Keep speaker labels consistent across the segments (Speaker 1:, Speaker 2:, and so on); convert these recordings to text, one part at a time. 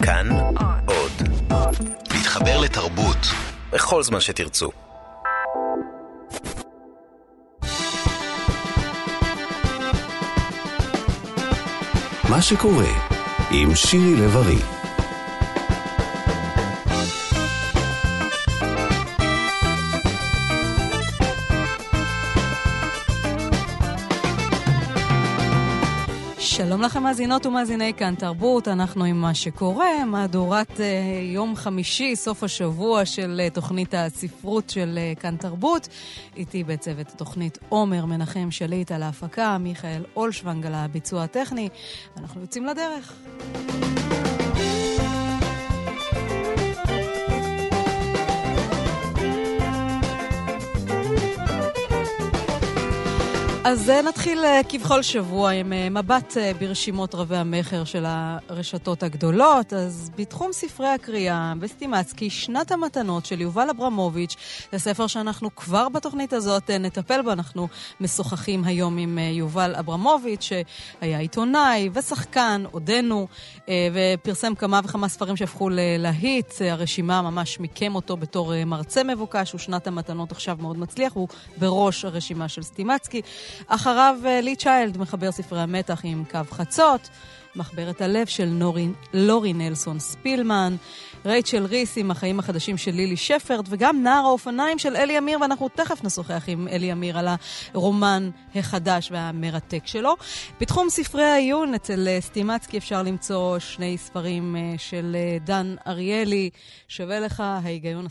Speaker 1: כאן עוד. להתחבר לתרבות בכל זמן שתרצו. מה שקורה עם שירי לב-ארי.
Speaker 2: שלום לכם מאזינות ומאזיני כאן תרבות, אנחנו עם מה שקורה, מהדורת יום חמישי, סוף השבוע של תוכנית הספרות של כאן תרבות. איתי בצוות התוכנית עומר מנחם שליט על ההפקה, מיכאל אולשוונג על הביצוע הטכני, ואנחנו יוצאים לדרך. אז נתחיל כבכל שבוע עם מבט ברשימות רבי המחר של הרשתות הגדולות. אז בתחום ספרי הקריאה בסטימצקי, שנת המתנות של יובל אברמוביץ', זה ספר שאנחנו כבר בתוכנית הזאת נטפל בו. אנחנו משוחחים היום עם יובל אברמוביץ' שהיה עיתונאי ושחקן, עודנו, ופרסם כמה וכמה ספרים שהפכו להיט. הרשימה ממש מיקם אותו בתור מרצה מבוקש, ושנת המתנות עכשיו מאוד מצליח, הוא בראש הרשימה של סטימצקי. אחריו לי צ'יילד מחבר ספרי המתח עם קו חצות, מחברת הלב של לורי נלסון ספילמן, רייצ'ל ריס עם החיים החדשים של לילי שפרד, וגם נער האופניים של אלי אמיר, ואנחנו תכף נשוחח עם אלי אמיר על הרומן החדש והמרתק שלו. בתחום ספרי העיון אצל סטימצקי אפשר למצוא שני ספרים של דן אריאלי, שווה לך, ההיגיון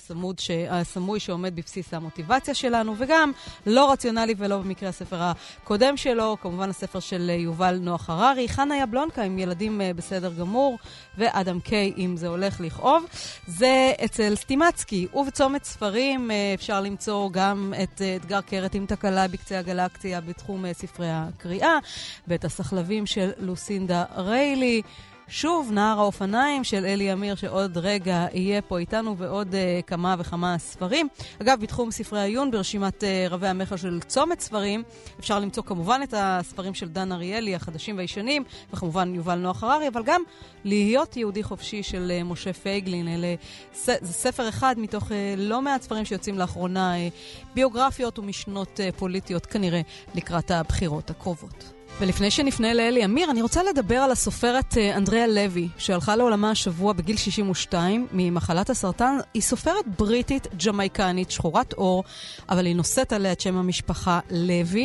Speaker 2: הסמוי שעומד בבסיס המוטיבציה שלנו, וגם לא רציונלי ולא במקרה הספר הקודם שלו, כמובן הספר של יובל נוח הררי, חנה יבלונקה עם ילדים בסדר גמור, ואדם קיי אם זה הולך לכאוב. זה אצל סטימצקי, ובצומת ספרים אפשר למצוא גם את אתגר קרת עם תקלה בקצה הגלקסיה בתחום ספרי הקריאה, ואת הסחלבים של לוסינדה ריילי, שוב נער האופניים של אלי אמיר שעוד רגע יהיה פה איתנו, ועוד כמה וכמה ספרים. אגב, בתחום ספרי העיון ברשימת רבי המחר של צומת ספרים אפשר למצוא כמובן את הספרים של דן אריאלי, החדשים והישנים, וכמובן יובל נוח הררי, אבל גם להיות יהודי חופשי של משה פייגלין. זה ספר אחד מתוך לא מעט ספרים שיוצאים לאחרונה, ביוגרפיות ומשנות פוליטיות כנראה לקראת הבחירות הקרובות. ולפני שנפנה לאלי אמיר, אני רוצה לדבר על הסופרת אנדריאה לוי, שהלכה לעולמה השבוע בגיל 62 ממחלת הסרטן. היא סופרת בריטית ג'מייקנית, שחורת אור, אבל היא נושאת עליה את שם המשפחה לוי,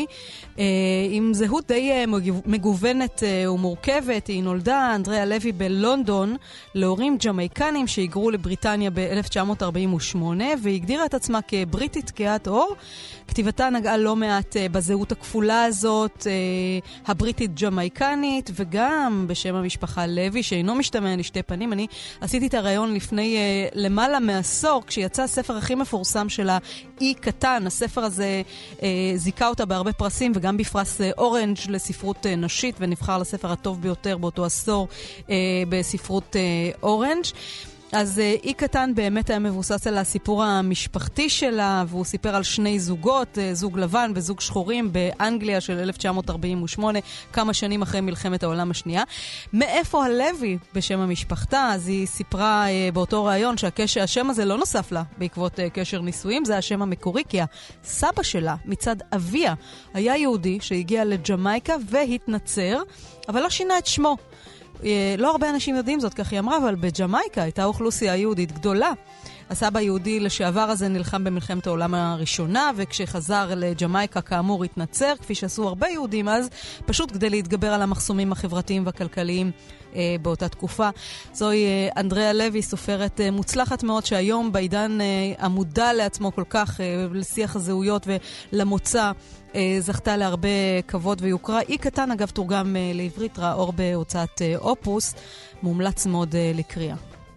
Speaker 2: עם זהות די מגוונת ומורכבת. היא נולדה, אנדריאה לוי, בלונדון, להורים ג'מייקנים שהיגרו לבריטניה ב-1948, והיא הגדירה את עצמה כבריטית כהת אור. כתיבתה נגעה לא מעט בזהות הכפולה הזאת, הבריטית ג'מייקנית, וגם בשם המשפחה לוי, שאינו משתמע לשתי פנים. אני עשיתי את הרעיון לפני למעלה מעשור, כשיצא הספר הכי מפורסם שלה, אי קטן. הספר הזה זיכה אותה בהרבה פרסים, וגם בפרס אורנג' לספרות נשית, ונבחר לספר הטוב ביותר באותו עשור בספרות אורנג'. אז אי קטן באמת היה מבוסס על הסיפור המשפחתי שלה, והוא סיפר על שני זוגות, זוג לבן וזוג שחורים באנגליה של 1948, כמה שנים אחרי מלחמת העולם השנייה. מאיפה הלוי בשם המשפחתה? אז היא סיפרה באותו רעיון שהשם הזה לא נוסף לה בעקבות קשר נישואים, זה השם המקורי, כי הסבא שלה מצד אביה היה יהודי שהגיע לג'מייקה והתנצר, אבל לא שינה את שמו. לא הרבה אנשים יודעים זאת, כך היא אמרה, אבל בג'מייקה הייתה אוכלוסייה יהודית גדולה. הסבא היהודי לשעבר הזה נלחם במלחמת העולם הראשונה, וכשחזר לג'מייקה כאמור התנצר, כפי שעשו הרבה יהודים אז, פשוט כדי להתגבר על המחסומים החברתיים והכלכליים באותה תקופה. זוהי אנדריאה לוי, סופרת מוצלחת מאוד, שהיום בעידן המודע לעצמו כל כך, לשיח הזהויות ולמוצא, זכתה להרבה כבוד ויוקרה. אי קטן אגב תורגם לעברית, ראה אור בהוצאת אופוס, מומלץ מאוד לקריאה.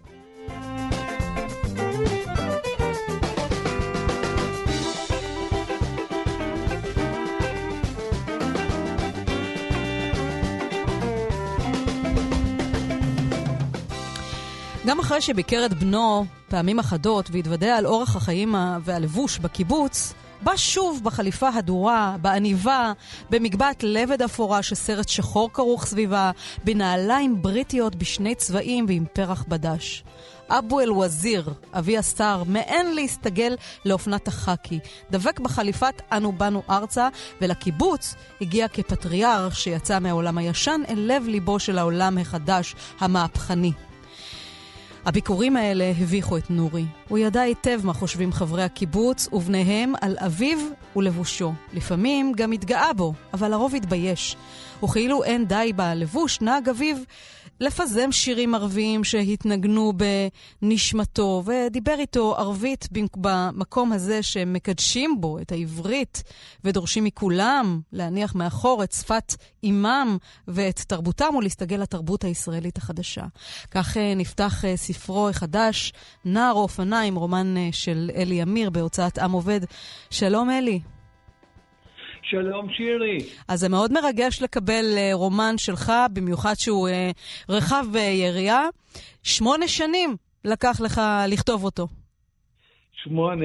Speaker 2: גם אחרי שביקר את בנו פעמים אחדות והתוודע על אורח החיים והלבוש בקיבוץ, בא שוב בחליפה הדורה, בעניבה, במגבעת לבד אפורה שסרט שחור כרוך סביבה, בנעליים בריטיות בשני צבעים ועם פרח בדש. אבו אל-וזיר, אבי השר, מעין להסתגל לאופנת החקי. דבק בחליפת אנו באנו ארצה, ולקיבוץ הגיע כפטריארך שיצא מהעולם הישן אל לב ליבו של העולם החדש, המהפכני. הביקורים האלה הביכו את נורי. הוא ידע היטב מה חושבים חברי הקיבוץ ובניהם על אביו ולבושו. לפעמים גם התגאה בו, אבל לרוב התבייש. וכאילו אין די בלבוש, נהג אביו לפזם שירים ערביים שהתנגנו בנשמתו, ודיבר איתו ערבית במקום הזה שמקדשים בו את העברית, ודורשים מכולם להניח מאחור את שפת אימם ואת תרבותם, ולהסתגל לתרבות הישראלית החדשה. כך נפתח ספרו החדש, נער האופניים, רומן של אלי אמיר בהוצאת עם עובד. שלום אלי.
Speaker 3: שלום שירי.
Speaker 2: אז זה מאוד מרגש לקבל רומן שלך, במיוחד שהוא רחב ביריעה. 8 שנים לקח לך לכתוב אותו.
Speaker 3: 8.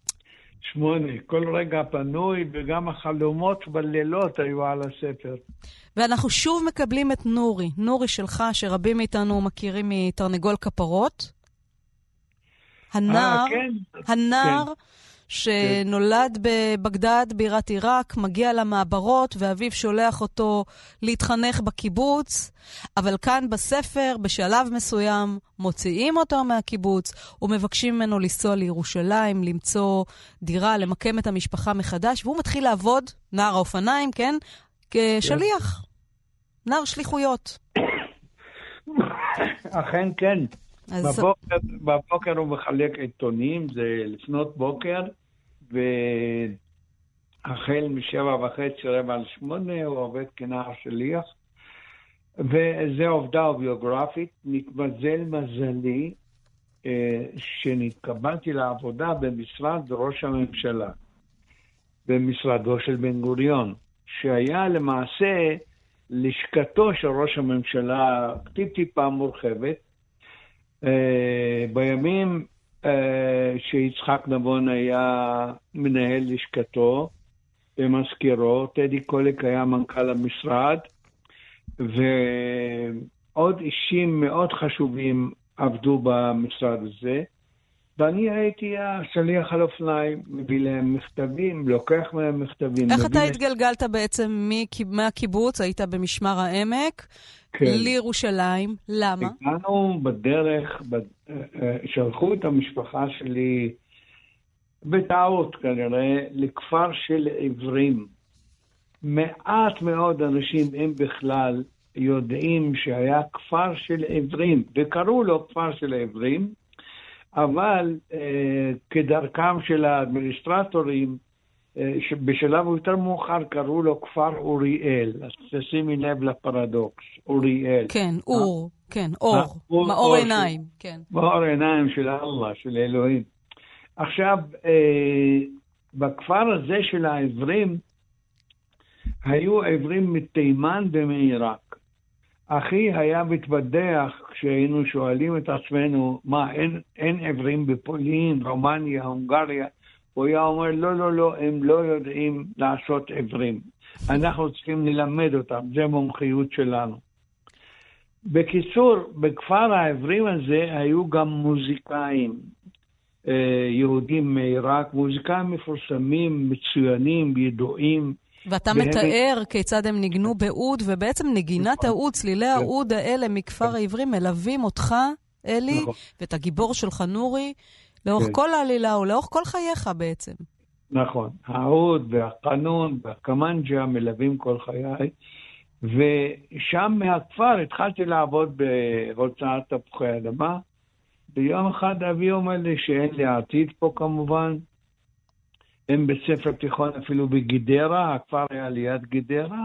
Speaker 3: כל רגע פנוי, וגם החלומות בלילות היו על הספר.
Speaker 2: ואנחנו שוב מקבלים את נורי שלך, שרבים מאיתנו מכירים מתרנגול כפרות. הנער,
Speaker 3: כן.
Speaker 2: שנולד בבגדד, בירת עיראק, מגיע למעברות, ואביו שולח אותו להתחנך בקיבוץ, אבל כאן בספר, בשלב מסוים, מוציאים אותו מהקיבוץ, ומבקשים ממנו לנסוע לירושלים, למצוא דירה, למקם את המשפחה מחדש, והוא מתחיל לעבוד, נער האופניים, כן? כשליח. נער שליחויות.
Speaker 3: אכן כן. בבוקר הוא מחלק עיתונים, זה לפנות בוקר, והחל מ7:30, 7:45, הוא עובד כנער שליח, וזה עובדה ביוגרפית. נתמזל מזלי שנתקבלתי לעבודה במשרד ראש הממשלה, במשרדו של בן גוריון, שהיה למעשה לשכתו של ראש הממשלה טיפה מורחבת, בימים שיצחק נבון היה מנהל לשכתו ומזכירו, טדי קולק היה מנכ"ל המשרד, ועוד אישים מאוד חשובים עבדו במשרד הזה, ואני הייתי השליח על אופניים, מביא להם מכתבים, לוקח מהם מכתבים.
Speaker 2: איך אתה התגלגלת בעצם מהקיבוץ? היית במשמר העמק, כן. לירושלים, למה?
Speaker 3: הגענו בדרך, שלחו את המשפחה שלי בטעות כנראה לכפר של עברים. מעט מאוד אנשים, הם בכלל, יודעים שהיה כפר של עברים, וקראו לו כפר של עברים, אבל כדרכם של האדמיניסטרטורים, שבשלב יותר מאוחר קראו לו כפר אוריאל. אז תשימי לב לפרדוקס, אוריאל.
Speaker 2: כן, אור, כן, אור, מאור עיניים. כן.
Speaker 3: מאור עיניים של אללה, של אלוהים. עכשיו, בכפר הזה של העברים, היו עברים מתימן ומעיראק. אחי היה מתבדח כשהיינו שואלים את עצמנו, מה, אין עברים בפולין, רומניה, הונגריה? הוא היה אומר, לא, הם לא יודעים לעשות עברים. אנחנו צריכים ללמד אותם, זה מומחיות שלנו. בקיצור, בכפר העברים הזה היו גם מוזיקאים, יהודים מעיראק, מוזיקאים מפורסמים, מצוינים, ידועים.
Speaker 2: ואתה מתאר כיצד הם ניגנו בעוד, ובעצם נגינת העוד, צלילי העוד האלה מכפר העברים מלווים אותך, אלי, ואת הגיבור שלך נורי, לאורך כל העלילה, או לאורך כל חייך בעצם.
Speaker 3: נכון. העוד והקנון והקמנג'ה מלווים כל חיי, ושם מהכפר התחלתי לעבוד בהוצאת תפוחי אדמה. ביום אחד אבי אומר לי שאין לי עתיד פה כמובן. הם בית ספר תיכון אפילו בגדרה, הכפר היה ליד גדרה,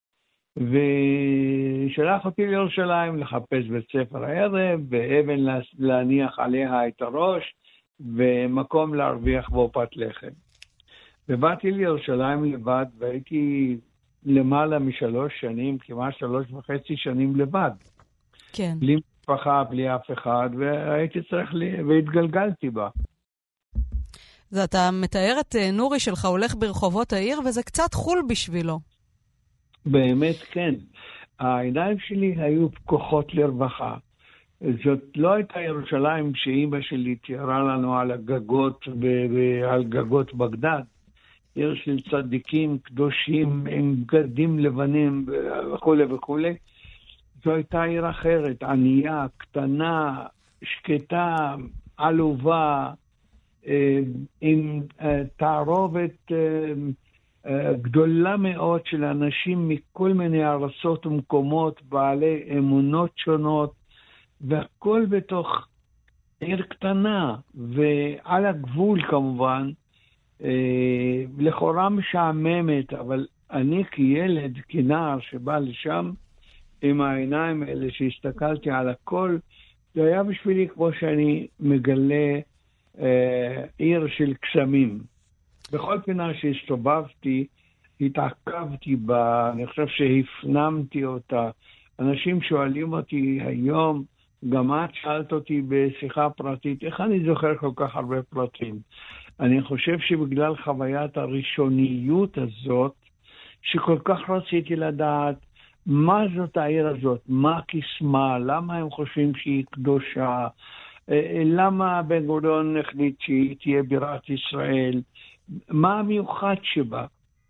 Speaker 3: ושלח אותי לירושלים לחפש בית ספר הערב, ואבן להניח עליה את הראש, ומקום להרוויח בו פת לחם. ובאתי לירושלים לבד, והייתי למעלה מ3 שנים, כמעט 3.5 שנים לבד.
Speaker 2: כן.
Speaker 3: בלי משפחה, בלי אף אחד, והייתי צריך והתגלגלתי בה.
Speaker 2: זה אתה מתאר את נורי שלך הולך ברחובות העיר, וזה קצת חול בשבילו.
Speaker 3: באמת כן. העיניים שלי היו פקוחות לרווחה. זאת לא הייתה ירושלים שאימא שלי תיארה לנו על הגגות ועל גגות בגדד. עיר של צדיקים קדושים עם בגדים לבנים וכו' וכו'. זו הייתה עיר אחרת, ענייה, קטנה, שקטה, עלובה, עם תערובת גדולה מאוד של אנשים מכל מיני ארצות ומקומות, בעלי אמונות שונות, והכל בתוך עיר קטנה, ועל הגבול כמובן, לכאורה משעממת, אבל אני כילד, כנער שבא לשם, עם העיניים האלה שהסתכלתי על הכל, זה היה בשבילי כמו שאני מגלה עיר של קסמים. בכל פינה שהסתובבתי, התעכבתי בה, אני חושב שהפנמתי אותה. אנשים שואלים אותי היום, גם את שאלת אותי בשיחה פרטית, איך אני זוכר כל כך הרבה פרטים? אני חושב שבגלל חוויית הראשוניות הזאת, שכל כך רציתי לדעת, מה זאת העיר הזאת? מה קסמה? למה הם חושבים שהיא קדושה? למה בן גוריון החליט שהיא תהיה בירת ישראל? מה המיוחד שבה?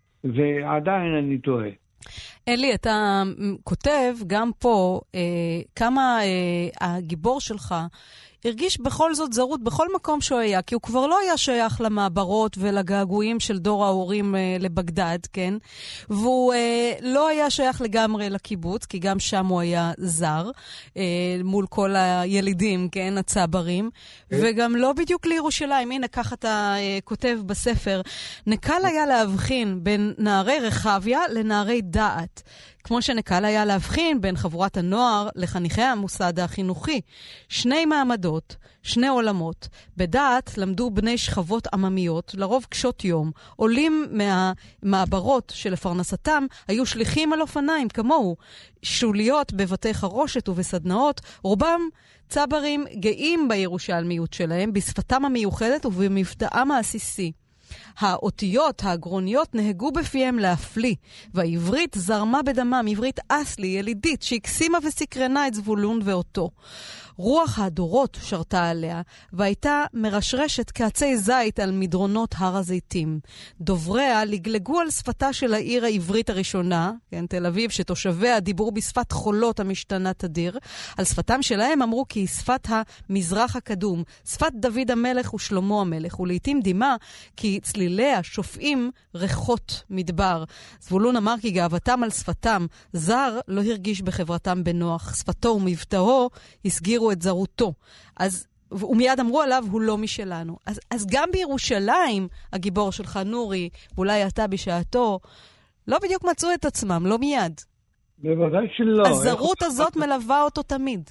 Speaker 3: ועדיין אני טועה.
Speaker 2: אלי, אתה כותב גם פה כמה הגיבור שלך הרגיש בכל זאת זרות בכל מקום שהוא היה, כי הוא כבר לא היה שייך למעברות ולגעגועים של דור ההורים לבגדד, כן? והוא לא היה שייך לגמרי לקיבוץ, כי גם שם הוא היה זר, מול כל הילידים, כן? הצברים, וגם לא בדיוק לירושלים. הנה, כך אתה כותב בספר, נקל היה להבחין בין נערי רחביה לנערי דעת. כמו שנקל היה להבחין בין חבורת הנוער לחניכי המוסד החינוכי. שני מעמדות, שני עולמות. בדעת למדו בני שכבות עממיות, לרוב קשות יום. עולים מהמעברות שלפרנסתם היו שליחים על אופניים כמוהו. שוליות בבתי חרושת ובסדנאות, רובם צברים גאים בירושלמיות שלהם, בשפתם המיוחדת ובמבטאם העסיסי. האותיות האגרוניות נהגו בפיהם להפליא, והעברית זרמה בדמם, עברית אסלי, ילידית, שהקסימה וסקרנה את זבולון ואותו. רוח הדורות שרתה עליה, והייתה מרשרשת כעצי זית על מדרונות הר הזיתים. דובריה לגלגו על שפתה של העיר העברית הראשונה, כן, תל אביב, שתושביה דיברו בשפת חולות המשתנה תדיר. על שפתם שלהם אמרו כי היא שפת המזרח הקדום, שפת דוד המלך ושלמה המלך, ולעיתים דימה כי צליליה שופעים ריחות מדבר. זבולון אמר כי גאוותם על שפתם, זר לא הרגיש בחברתם בנוח. שפתו ומבטאו הסגירו את זרותו. אז ומיד אמרו עליו, הוא לא משלנו. אז גם בירושלים, הגיבור שלך נורי, ואולי אתה בשעתו, לא בדיוק מצאו את עצמם, לא מיד.
Speaker 3: בוודאי שלא.
Speaker 2: הזרות הזאת מלווה אותו תמיד.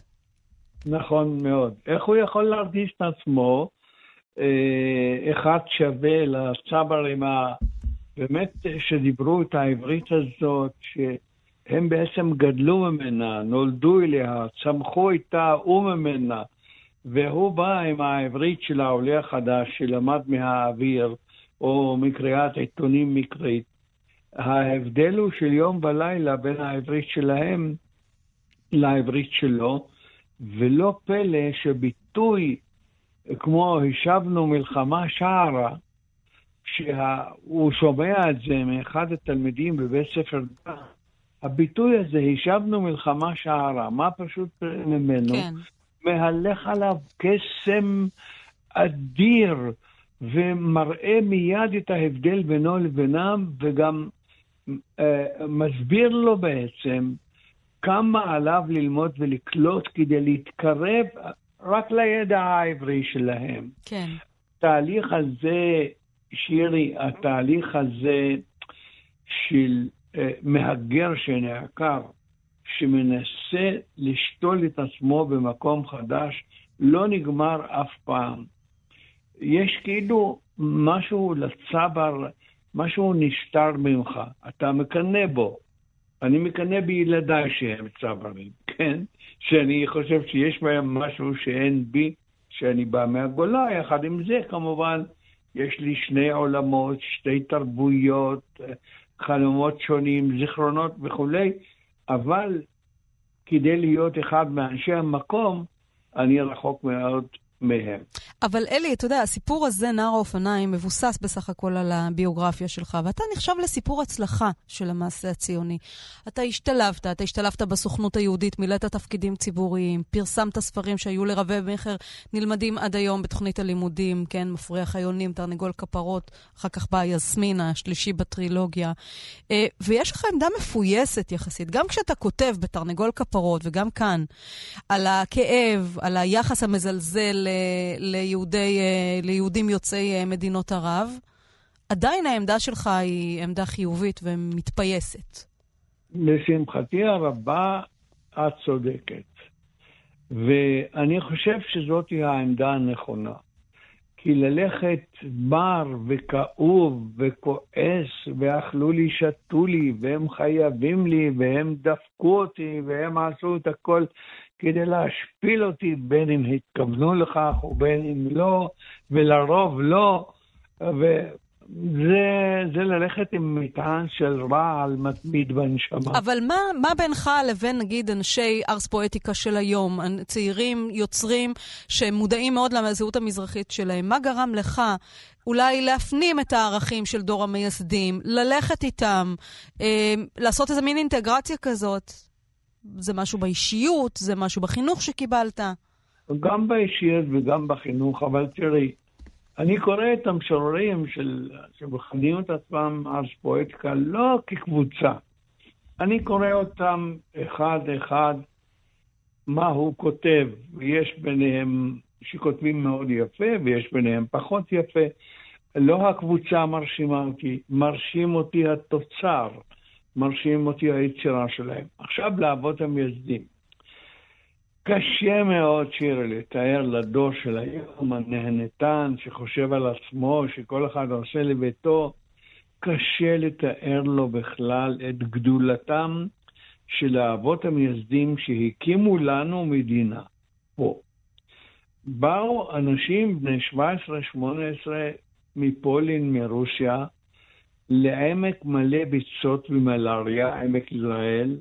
Speaker 3: נכון מאוד. איך הוא יכול להרגיש את עצמו, אחד שווה לצברים באמת שדיברו את העברית הזאת, שהם בעצם גדלו ממנה, נולדו אליה, צמחו איתה וממנה, והוא בא עם העברית של העולה החדש שלמד מהאוויר, או מקריאת עיתונים מקרית. ההבדל הוא של יום ולילה בין העברית שלהם לעברית שלו, ולא פלא שביטוי כמו השבנו מלחמה שערה, שהוא שומע את זה מאחד התלמידים בבית ספר, הביטוי הזה, השבנו מלחמה שערה, מה פשוט ממנו? כן. מהלך עליו קסם אדיר, ומראה מיד את ההבדל בינו לבינם, וגם מסביר לו בעצם כמה עליו ללמוד ולקלוט כדי להתקרב רק לידע העברי שלהם.
Speaker 2: כן.
Speaker 3: התהליך הזה, שירי, התהליך הזה של מהגר שנעקר, שמנסה לשתול את עצמו במקום חדש, לא נגמר אף פעם. יש כאילו משהו לצבר, משהו נסתר ממך, אתה מקנה בו. אני מקנה בילדיי שהם צברים, כן? שאני חושב שיש בהם משהו שאין בי, שאני בא מהגולה, יחד עם זה כמובן יש לי שני עולמות, שתי תרבויות, חלומות שונים, זיכרונות וכולי, אבל כדי להיות אחד מאנשי המקום, אני רחוק מאוד מהם.
Speaker 2: אבל אלי, אתה יודע, הסיפור הזה, נער האופניים, מבוסס בסך הכל על הביוגרפיה שלך, ואתה נחשב לסיפור הצלחה של המעשה הציוני. אתה השתלבת בסוכנות היהודית, מילאת תפקידים ציבוריים, פרסמת ספרים שהיו לרבי מכר, נלמדים עד היום בתוכנית הלימודים, כן, מפריח היונים, תרנגול כפרות, אחר כך באה יסמין, השלישי בטרילוגיה. ויש לך עמדה מפויסת יחסית, גם כשאתה כותב בתרנגול כפרות, וגם כאן, על הכאב, על היחס המזלזל ליהודים יוצאי מדינות ערב, עדיין העמדה שלך היא עמדה חיובית ומתפייסת.
Speaker 3: לשמחתי הרבה את צודקת. ואני חושב שזאת היא העמדה הנכונה. כי ללכת בר וכאוב וכועס ואכלו לי, שתו לי, והם חייבים לי, והם דפקו אותי, והם עשו את הכל כדי להשפיל אותי, בין אם התכוונו לכך ובין אם לא, ולרוב לא, וזה ללכת עם מטען של רעל מתמיד בנשמה.
Speaker 2: אבל מה בינך לבין נגיד אנשי ארס פואטיקה של היום, צעירים, יוצרים, שמודעים מאוד לזהות המזרחית שלהם, מה גרם לך אולי להפנים את הערכים של דור המייסדים, ללכת איתם, לעשות איזה מין אינטגרציה כזאת? זה משהו באישיות, זה משהו בחינוך שקיבלת?
Speaker 3: גם באישיות וגם בחינוך, אבל תראי, אני קורא את המשוררים שמכנים את עצמם ארס פואטיקה לא כקבוצה. אני קורא אותם אחד אחד מה הוא כותב, ויש ביניהם שכותבים מאוד יפה ויש ביניהם פחות יפה. לא הקבוצה מרשימה אותי, מרשים אותי התוצר. מרשים אותי היצירה שלהם. עכשיו לאבות המייסדים. קשה מאוד שירי לתאר לדור של היום הנהנתן שחושב על עצמו, שכל אחד עושה לביתו, קשה לתאר לו בכלל את גדולתם של האבות המייסדים שהקימו לנו מדינה. פה. באו אנשים בני 17-18 מפולין, מרוסיה, לעמק מלא ביצות ומלריה, עמק יזרעאל,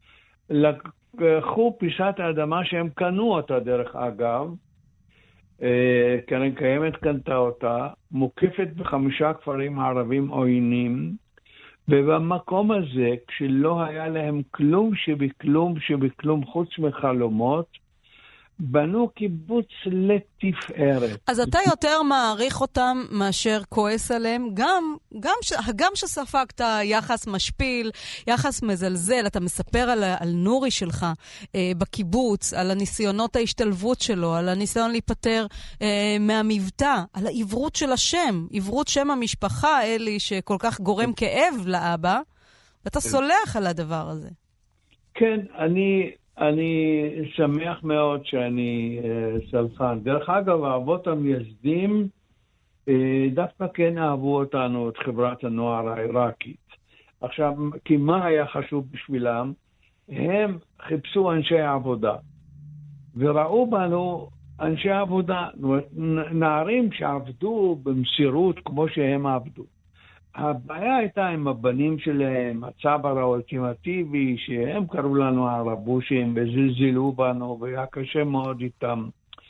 Speaker 3: לקחו פיסת האדמה שהם קנו אותה דרך אגב, קרן קיימת קנתה אותה, מוקפת ב5 כפרים ערבים עוינים, ובמקום הזה, כשלא היה להם כלום שבכלום חוץ מחלומות, בנו קיבוץ לתפארת.
Speaker 2: אז אתה יותר מעריך אותם מאשר כועס עליהם, גם שספגת יחס משפיל, יחס מזלזל, אתה מספר על נורי שלך בקיבוץ, על הניסיונות ההשתלבות שלו, על הניסיון להיפטר מהמבטא, על העברות של השם, עברות שם המשפחה, אלי, שכל כך גורם כאב לאבא, ואתה סולח על הדבר הזה.
Speaker 3: כן, אני שמח מאוד שאני סלחן. דרך אגב, האבות המייסדים דווקא כן אהבו אותנו, את חברת הנוער העיראקית. עכשיו, כי מה היה חשוב בשבילם? הם חיפשו אנשי עבודה, וראו בנו אנשי עבודה, זאת אומרת, נערים שעבדו במסירות כמו שהם עבדו. הבעיה הייתה עם הבנים שלהם, הצבר האולטימטיבי, שהם קראו לנו הרבושים וזלזלו בנו, והיה קשה מאוד איתם.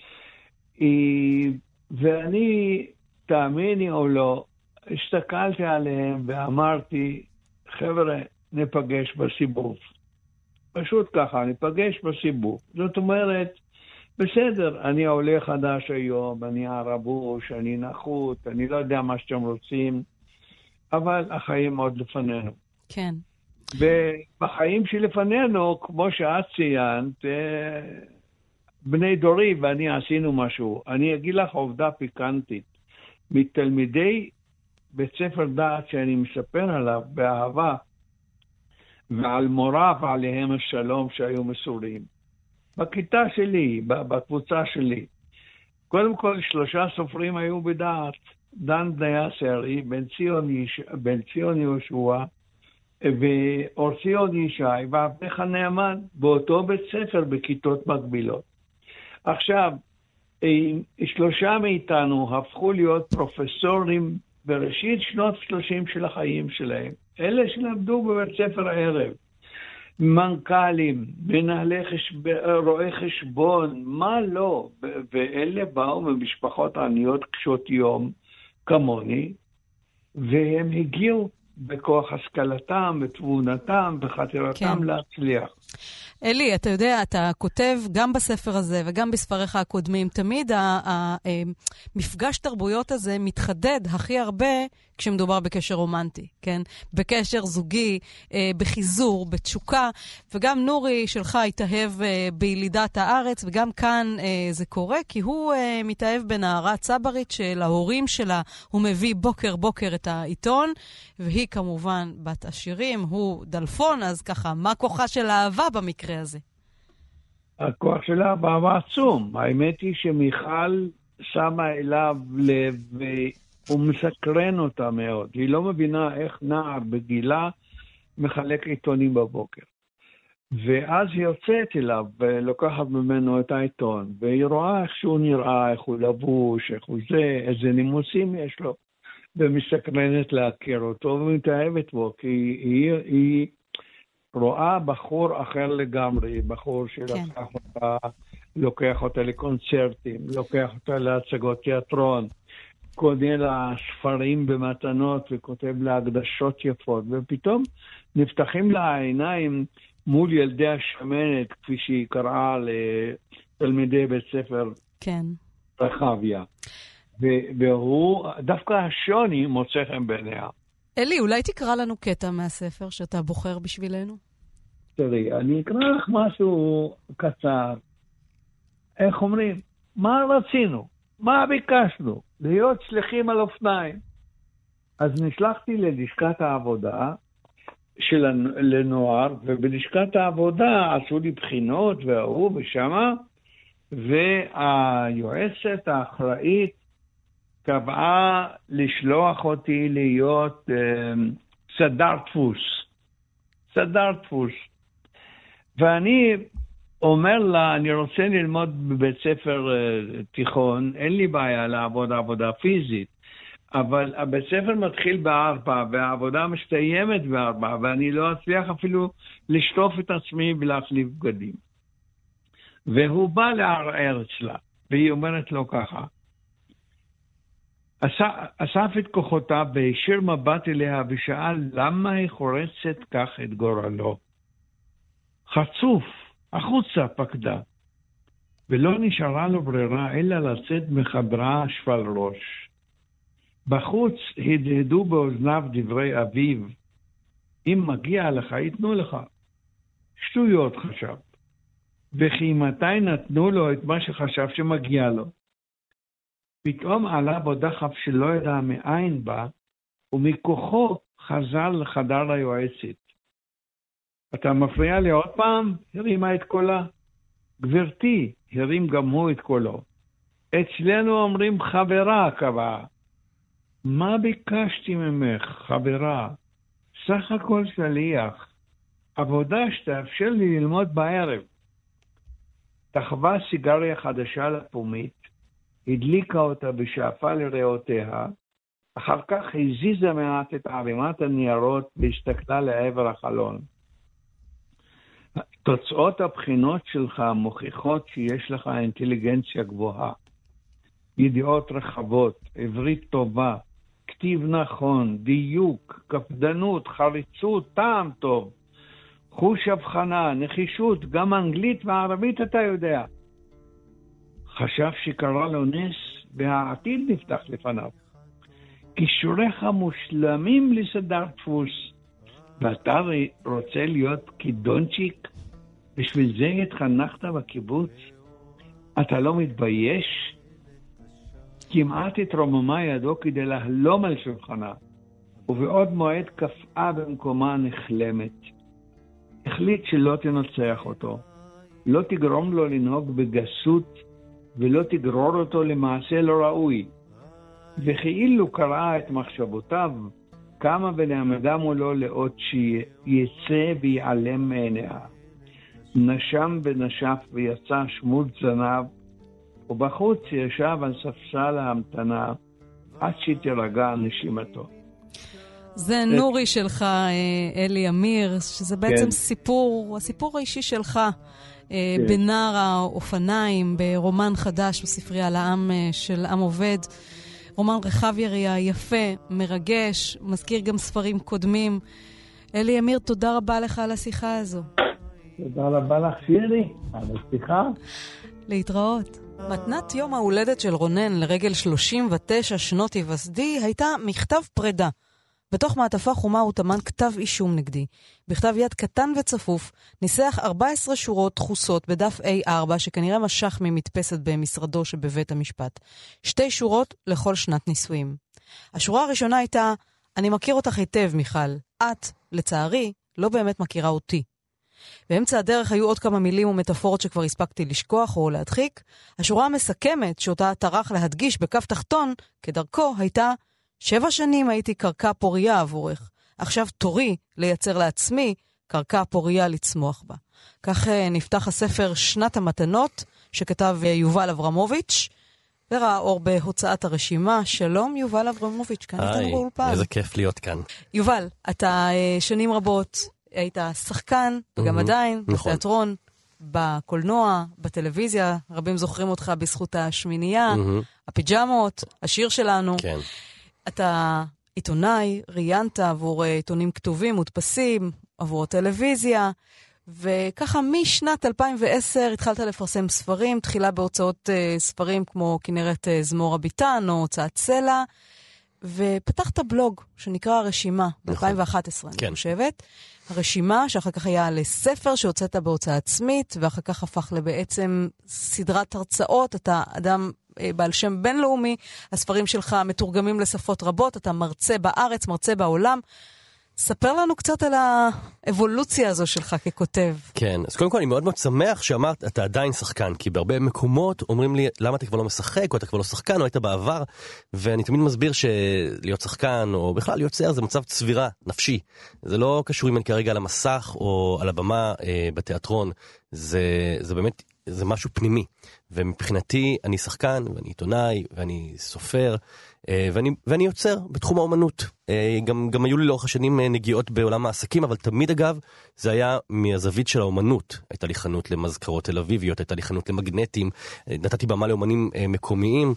Speaker 3: ואני, תאמיני או לא, הסתכלתי עליהם ואמרתי, חבר'ה, ניפגש בסיבוב. פשוט ככה, ניפגש בסיבוב. זאת אומרת, בסדר, אני עולה חדש היום, אני הרבוש, אני נחות, אני לא יודע מה שאתם רוצים, אבל החיים עוד לפנינו.
Speaker 2: כן.
Speaker 3: ובחיים שלפנינו, כמו שאת ציינת, בני דורי ואני עשינו משהו. אני אגיד לך עובדה פיקנטית. מתלמידי בית ספר דעת שאני מספר עליו באהבה, ועל מוריו עליהם השלום שהיו מסורים. בכיתה שלי, בקבוצה שלי. קודם כל 3 סופרים היו בדעת. דן בניה סרי, בן ציון יהושע, ואורציון ישי, ועבדך נאמן, באותו בית ספר בכיתות מקבילות. עכשיו, שלושה מאיתנו הפכו להיות פרופסורים בראשית שנות 30 של החיים שלהם. אלה שלמדו בבית ספר הערב, מנכ"לים, רואי חשבון, מה לא? ואלה באו ממשפחות עניות קשות יום כמוני, והם הגיעו בכוח השכלתם, בתבונתם, בחתירתם להצליח.
Speaker 2: אלי, אתה יודע, אתה כותב גם בספר הזה וגם בספריך הקודמים, תמיד המפגש תרבויות הזה מתחדד הכי הרבה כשמדובר בקשר רומנטי, כן? בקשר זוגי, בחיזור, בתשוקה, וגם נורי שלך התאהב בילידת הארץ, וגם כאן זה קורה, כי הוא מתאהב בנערה צברית שלהורים שלה הוא מביא בוקר בוקר את העיתון, והיא כמובן בת עשירים, הוא דלפון, אז ככה, מה כוחה של האהבה במקרה הזה?
Speaker 3: הכוח של האהבה עצום. האמת היא שמיכל שמה אליו לב והוא מסקרן אותה מאוד. היא לא מבינה איך נער בגילה מחלק עיתונים בבוקר. ואז היא יוצאת אליו ולוקחת ממנו את העיתון, והיא רואה איך שהוא נראה, איך הוא לבוש, איך הוא זה, איזה נימוסים יש לו, ומסקרנת להכיר אותו ומתאהבת בו, כי היא רואה בחור אחר לגמרי, בחור שלקח אותה, לוקח אותה לקונצרטים, לוקח אותה להצגות תיאטרון, קונה לה ספרים במתנות וכותב לה הקדשות יפות, ופתאום נפתחים לה העיניים מול ילדי השמנת, כפי שהיא קראה לתלמידי בית ספר רחביה. והוא, דווקא השוני מוצא חן בעיניה.
Speaker 2: אלי, אולי תקרא לנו קטע מהספר שאתה בוחר בשבילנו?
Speaker 3: תראי, אני אקרא לך משהו קצר. איך אומרים? מה רצינו? מה ביקשנו? להיות שליחים על אופניים. אז נשלחתי ללשכת העבודה לנוער, ובלשכת העבודה עשו לי בחינות והוא ושמה, והיועצת האחראית קבעה לשלוח אותי להיות סדר דפוס. ואני אומר לה, אני רוצה ללמוד בבית ספר תיכון, אין לי בעיה לעבוד עבודה פיזית, אבל הבית ספר מתחיל ב4, והעבודה מסתיימת ב4, ואני לא אצליח אפילו לשטוף את עצמי ולהחליף בגדים. והוא בא לערער אצלה, והיא אומרת לו ככה, אסף את כוחותיו והישיר מבט אליה ושאל למה היא חורצת כך את גורלו. חצוף, החוצה פקדה, ולא נשארה לו ברירה אלא לצאת מחדרה שפל ראש. בחוץ הדהדו באוזניו דברי אביו, אם מגיע לך ייתנו לך. שטויות חשב, וכי מתי נתנו לו את מה שחשב שמגיע לו. פתאום עלה בו דחף שלא ידע מאין בא, ומכוחו חזר לחדר היועצת. אתה מפריע לי עוד פעם? הרימה את קולה. גברתי, הרים גם הוא את קולו. אצלנו אומרים חברה קבעה. מה ביקשתי ממך, חברה? סך הכל שליח. עבודה שתאפשר לי ללמוד בערב. תחווה סיגריה חדשה לפומית, הדליקה אותה בשאפה לריאותיה, אחר כך הזיזה מעט את ערימת הניירות והסתכלה לעבר החלון. תוצאות הבחינות שלך מוכיחות שיש לך אינטליגנציה גבוהה. ידיעות רחבות, עברית טובה, כתיב נכון, דיוק, קפדנות, חריצות, טעם טוב, חוש הבחנה, נחישות, גם אנגלית וערבית אתה יודע. חשב שקרה לו נס והעתיד נפתח לפניו. כישוריך מושלמים לסדר דפוס, ואתה רוצה להיות קידונצ'יק? בשביל זה התחנכת בקיבוץ? אתה לא מתבייש? כמעט התרוממה ידו כדי להלום על שולחנה, ובעוד מועד קפאה במקומה נחלמת. החליט שלא תנצח אותו, לא תגרום לו לנהוג בגסות, ולא תגרור אותו למעשה לא ראוי. וכאילו קראה את מחשבותיו, קמה ונעמדה מולו לאות שיצא ויעלם מעיניה. נשם ונשף ויצא שמול זנב, ובחוץ ישב על ספסל ההמתנה עד שתירגע נשימתו.
Speaker 2: זה נורי שלך, אלי אמיר, שזה בעצם סיפור, הסיפור האישי שלך, בנער האופניים, ברומן חדש בספרייה לעם של עם עובד. רומן רחב יריעה, יפה, מרגש, מזכיר גם ספרים קודמים. אלי אמיר, תודה רבה לך על השיחה הזו.
Speaker 3: תודה רבה לך, שירי, על השיחה.
Speaker 2: להתראות. מתנת יום ההולדת של רונן לרגל 39 שנות היווסדי הייתה מכתב פרידה. בתוך מעטפה חומה הוא תמן כתב אישום נגדי. בכתב יד קטן וצפוף ניסח 14 שורות דחוסות בדף A4 שכנראה משך ממדפסת במשרדו שבבית המשפט. 2 שורות לכל שנת נישואים. השורה הראשונה הייתה, אני מכיר אותך היטב מיכל. את, לצערי, לא באמת מכירה אותי. באמצע הדרך היו עוד כמה מילים ומטאפורות שכבר הספקתי לשכוח או להדחיק. השורה המסכמת שאותה טרח להדגיש בכף תחתון כדרכו הייתה, 7 שנים הייתי קרקע פוריה עבורך. עכשיו תורי לייצר לעצמי קרקע פוריה לצמוח בה. כך נפתח הספר שנת המתנות שכתב יובל אברמוביץ' וראה אור בהוצאת הרשימה. שלום יובל אברמוביץ', כאן איתנו באולפן.
Speaker 4: איזה כיף להיות כאן.
Speaker 2: יובל, אתה שנים רבות היית שחקן וגם עדיין בתיאטרון, בקולנוע, בטלוויזיה. רבים זוכרים אותך בזכות השמינייה, הפיג'מות, השיר שלנו.
Speaker 4: כן.
Speaker 2: אתה עיתונאי, ראיינת עבור עיתונים כתובים, מודפסים, עבור טלוויזיה, וככה משנת 2010 התחלת לפרסם ספרים, תחילה בהוצאות ספרים כמו כנרת זמור הביטן או הוצאת סלע, ופתחת בלוג שנקרא הרשימה, ב-2011 אני חושבת. הרשימה שאחר כך היה לספר שהוצאת בהוצאה עצמית, ואחר כך הפך לבעצם סדרת הרצאות. אתה אדם בעל שם בינלאומי, הספרים שלך מתורגמים לשפות רבות, אתה מרצה בארץ, מרצה בעולם. ספר לנו קצת על האבולוציה הזו שלך ככותב.
Speaker 4: כן, אז קודם כל אני מאוד מאוד שמח שאמרת, אתה עדיין שחקן, כי בהרבה מקומות אומרים לי, למה אתה כבר לא משחק, או אתה כבר לא שחקן, או היית בעבר, ואני תמיד מסביר שלהיות שחקן, או בכלל להיות צייר, זה מצב צבירה נפשי. זה לא קשור אם אני כרגע על המסך, או על הבמה בתיאטרון, זה באמת, זה משהו פנימי. ומבחינתי, אני שחקן, ואני עיתונאי, ואני סופר, ואני יוצר בתחום האומנות. גם היו לי לאורך השנים נגיעות בעולם העסקים, אבל תמיד אגב זה היה מהזווית של האומנות. הייתה לי חנות למזכרות תל אביביות, הייתה לי חנות למגנטים, נתתי במה לאומנים מקומיים.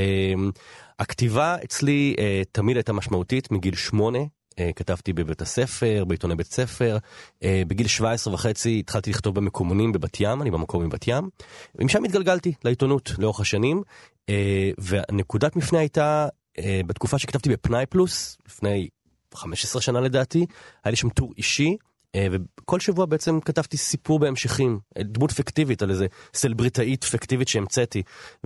Speaker 4: הכתיבה אצלי תמיד הייתה משמעותית מגיל 8. כתבתי בבית הספר, בעיתוני בית ספר. בגיל 17.5 התחלתי לכתוב במקומונים בבת ים, אני במקום בבת ים. ומשם התגלגלתי לעיתונות לאורך השנים. והנקודת מפנה הייתה בתקופה שכתבתי בפנאי פלוס, לפני 15 שנה לדעתי, היה לי שם טור אישי, וכל שבוע בעצם כתבתי סיפור בהמשכים, דמות פיקטיבית על איזה סלבריטאית פיקטיבית שהמצאתי,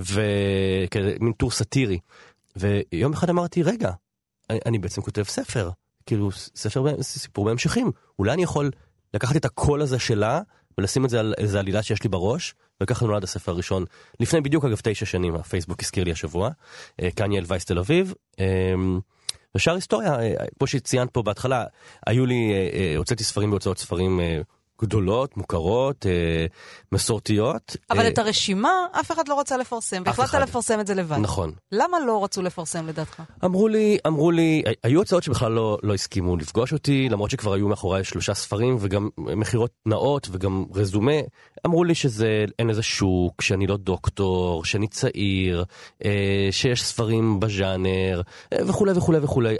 Speaker 4: ומין טור סטירי. ויום אחד אמרתי, רגע, אני בעצם כותב ספר, כאילו סיפור בהמשכים, אולי אני יכול לקחת את הקול הזה שלה, ולשים את זה על איזו עלילה שיש לי בראש, וככה נולד הספר הראשון. לפני בדיוק אגב 9 שנים, הפייסבוק הזכיר לי השבוע, קניאל וייס תל אביב, ושאר היסטוריה, כמו שציינת פה בהתחלה, היו לי, הוצאתי ספרים בהוצאות ספרים גדולות, מוכרות, מסורתיות.
Speaker 2: אבל את הרשימה אף אחד לא רוצה לפרסם, והחלטת לפרסם את זה לבד.
Speaker 4: נכון.
Speaker 2: למה לא רצו לפרסם לדעתך?
Speaker 4: אמרו לי, היו הצעות שבכלל לא הסכימו לפגוש אותי, למרות שכבר היו מאחורי 3 ספרים, וגם מחירות נאות, וגם רזומה. אמרו לי אין איזה שוק, שאני לא דוקטור, שאני צעיר, שיש ספרים בז'אנר, וכולי וכולי וכולי.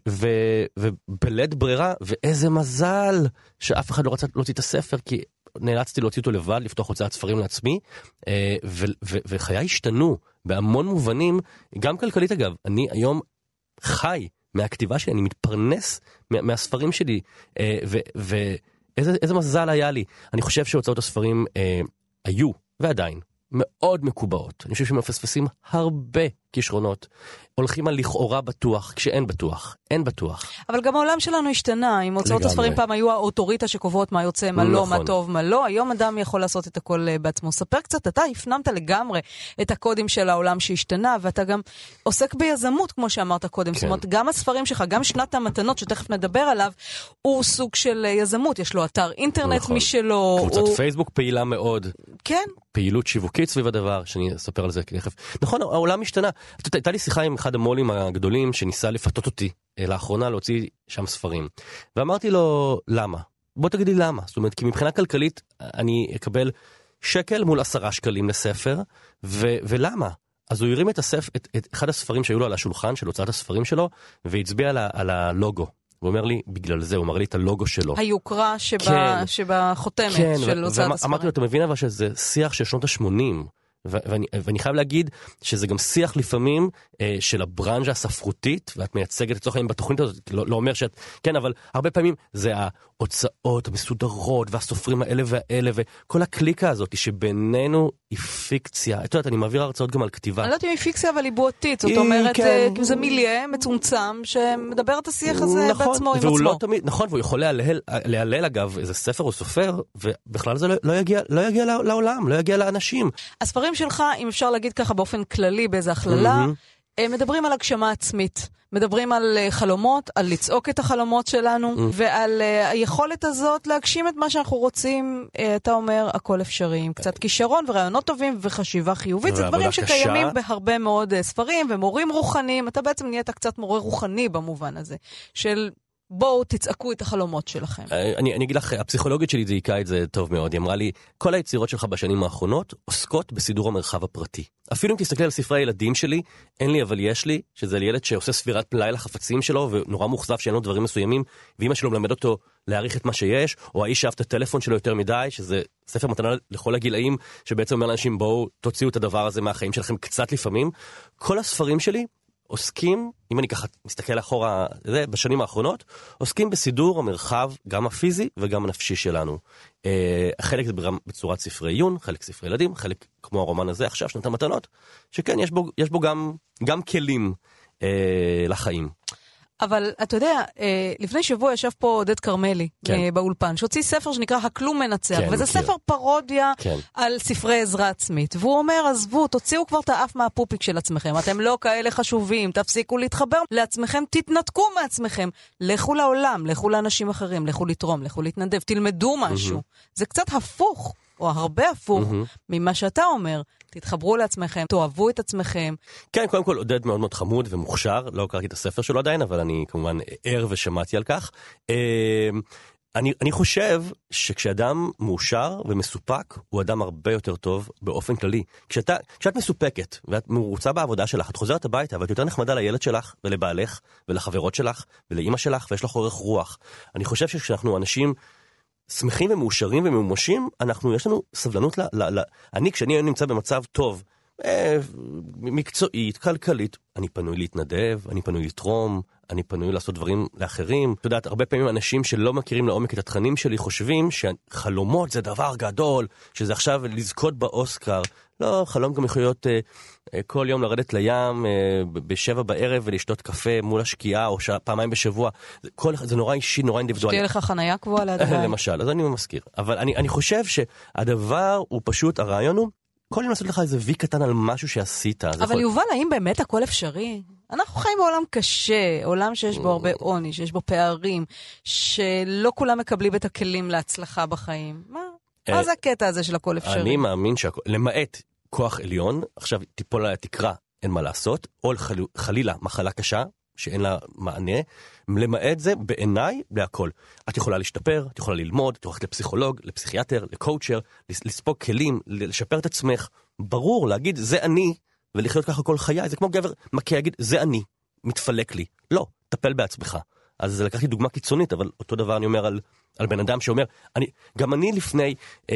Speaker 4: ובלית ברירה, ואיזה מזל שאף אחד לא רצה להוציא את הספר, כי נאלצתי להוציא אותו לבד, לפתוח הוצאת ספרים לעצמי, וחיי השתנו בהמון מובנים, גם כלכלית אגב. אני היום חי מהכתיבה שלי, אני מתפרנס מהספרים שלי, ואיזה מזל היה לי. אני חושב שהוצאות הספרים היו, ועדיין, מאוד מקובעות. אני חושב שמפספסים הרבה כישרונות, הולכים על לכאורה בטוח, כשאין בטוח, אין בטוח.
Speaker 2: אבל גם העולם שלנו השתנה, אם הוצאות הספרים פעם היו האוטוריטה שקובעות מה יוצא, מה לא, מה טוב, מה לא, היום אדם יכול לעשות את הכל בעצמו. ספר קצת, אתה הפנמת לגמרי את הקודים של העולם שהשתנה, ואתה גם עוסק ביזמות, כמו שאמרת קודם. זאת אומרת, גם הספרים שלך, גם שנת המתנות, שתכף נדבר עליו, הוא סוג של יזמות. יש לו אתר אינטרנט משלו.
Speaker 4: קבוצת פייסבוק פעילה מאוד.
Speaker 2: כן.
Speaker 4: פעילות שיווקית סביב הדבר, שאני אספר על זה תכף. נכון, העולם השתנה. הייתה לי שיחה עם אחד המולים הגדולים שניסה לפתות אותי לאחרונה להוציא שם ספרים. ואמרתי לו, למה? בוא תגיד לי למה. זאת אומרת, כי מבחינה כלכלית אני אקבל שקל מול 10 שקלים לספר, ולמה? אז הוא הרים את אחד הספרים שהיו לו על השולחן של הוצאת הספרים שלו, והצביע על הלוגו. הוא אומר לי, בגלל זה, הוא אמר לי את הלוגו שלו.
Speaker 2: היוקרה שבחותמת של הוצאת הספרים.
Speaker 4: אמרתי לו, אתה מבין אבל שזה שיח של שנות ה-80, ואני חייב להגיד שזה גם שיח לפעמים של הברנז'ה הספרותית, ואת מייצגת לצורך העניין בתוכנית הזאת, לא אומר שאת, כן, אבל הרבה פעמים זה ההוצאות המסודרות, והסופרים האלה והאלה, וכל הקליקה הזאת שבינינו היא פיקציה. את יודעת, אני מעביר הרצאות גם על כתיבה.
Speaker 2: אני לא יודעת אם היא פיקציה, אבל היא בועתית. זאת אומרת, זה מיליה מצומצם, שמדבר את השיח הזה בעצמו עם עצמו.
Speaker 4: נכון, והוא יכול להלל אגב איזה ספר או סופר, ובכלל זה לא יגיע לעולם, לא יגיע לאנשים.
Speaker 2: הספרים שלך, אם אפשר להגיד ככה באופן כללי, באיזו הכללה, מדברים על הגשמה עצמית. מדברים על חלומות, על לצעוק את החלומות שלנו, ועל היכולת הזאת להגשים את מה שאנחנו רוצים. אתה אומר, הכל אפשרי, עם קצת כישרון ורעיונות טובים וחשיבה חיובית. זה דברים שקיימים בהרבה מאוד ספרים ומורים רוחניים. אתה בעצם נהיית קצת מורה רוחני במובן הזה, של בואו תצעקו את החלומות שלכם.
Speaker 4: אני אגיד לך, הפסיכולוגית שלי זייקה את זה טוב מאוד. היא אמרה לי, כל היצירות שלך בשנים האחרונות עוסקות בסידור המרחב הפרטי. אפילו אם תסתכלי על ספרי הילדים שלי, אין לי אבל יש לי, שזה ילד שעושה ספירת פלאי לחפצים שלו, ונורא מוחזב שאין לו דברים מסוימים, ואמא שלו מלמד אותו להעריך את מה שיש, או האיש שאהב את הטלפון שלו יותר מדי, שזה ספר מתנה לכל הגילאים, שבעצם אומר לאנשים, בואו תוציאו את הדבר הזה מהחיים שלכם קצת לפעמים. כל הספרים שלי עוסקים, אם אני ככה מסתכל אחורה, בשנים האחרונות, עוסקים בסידור המרחב, גם הפיזי וגם הנפשי שלנו. חלק זה בצורת ספרי עיון, חלק ספרי ילדים, חלק כמו הרומן הזה עכשיו, שנת המתנות, שכן, יש בו גם כלים לחיים.
Speaker 2: אבל אתה יודע, לפני שבוע ישב פה עודד קרמלי באולפן, שהוציא ספר שנקרא הכלום מנצח, וזה ספר פרודיה על ספרי עזרה עצמית. והוא אומר, עזבו, תוציאו כבר את האף מהפופיק של עצמכם, אתם לא כאלה חשובים, תפסיקו להתחבר לעצמכם, תתנתקו מעצמכם, לכו לעולם, לכו לאנשים אחרים, לכו לתרום, לכו להתנדב, תלמדו משהו. זה קצת הפוך, או הרבה הפוך, ממה שאתה אומר. תתחברו לעצמכם, תאהבו את עצמכם.
Speaker 4: כן, קודם כל עודד מאוד מאוד חמוד ומוכשר, לא קראתי את הספר שלו עדיין, אבל אני כמובן ער ושמעתי על כך. אני חושב שכשאדם מאושר ומסופק, הוא אדם הרבה יותר טוב באופן כללי. כשאת מסופקת ואת מרוצה בעבודה שלך, את חוזרת הביתה, ואת יותר נחמדה לילד שלך ולבעלך ולחברות שלך ולאמא שלך, ויש לך אורך רוח. אני חושב שכשאנחנו אנשים שמחים ומאושרים וממומשים, יש לנו סבלנות כשאני נמצא במצב טוב, מקצועית, כלכלית, אני פנוי להתנדב, אני פנוי לתרום, אני פנוי לעשות דברים לאחרים. אתה יודעת, הרבה פעמים אנשים שלא מכירים לעומק את התכנים שלי חושבים שחלומות זה דבר גדול, שזה עכשיו לזכות באוסקר. לא, חלום גם יכול להיות כל יום לרדת לים ב7 בערב ולשתות קפה מול השקיעה, או פעמיים בשבוע. זה נורא אישי, נורא אינדיבידואלי.
Speaker 2: שתהיה לך חנייה קבועה ליד הבית.
Speaker 4: למשל, אז אני מזכיר. אבל אני חושב שהדבר הוא פשוט, הרעיון הוא, כל יום לעשות לך איזה וי קטן על משהו שעשית.
Speaker 2: אבל יובל, האם באמת הכל אפשרי? אנחנו חיים בעולם קשה, עולם שיש בו הרבה עוני, שיש בו פערים, שלא כולם מקבלים את הכלים להצלחה בחיים. מה זה הקטע הזה של הכל אפשרי?
Speaker 4: אני מאמין למעט כוח עליון, עכשיו תיפול על התקרה, אין מה לעשות, או חלילה מחלה קשה, שאין לה מענה, למעט זה בעיניי להכל. את יכולה להשתפר, את יכולה ללמוד, את יכולה ללכת לפסיכולוג, לפסיכיאטר, לקואוצ'ר, לספוג כלים, לשפר את עצמך. ברור, להגיד זה אני, ולחיות ככה כל חיי, זה כמו גבר מכה יגיד, זה אני, מתפלק לי. לא, טפל בעצמך. אז לקחתי דוגמה קיצונית, אבל אותו דבר אני אומר על בן אדם שאומר, גם אני לפני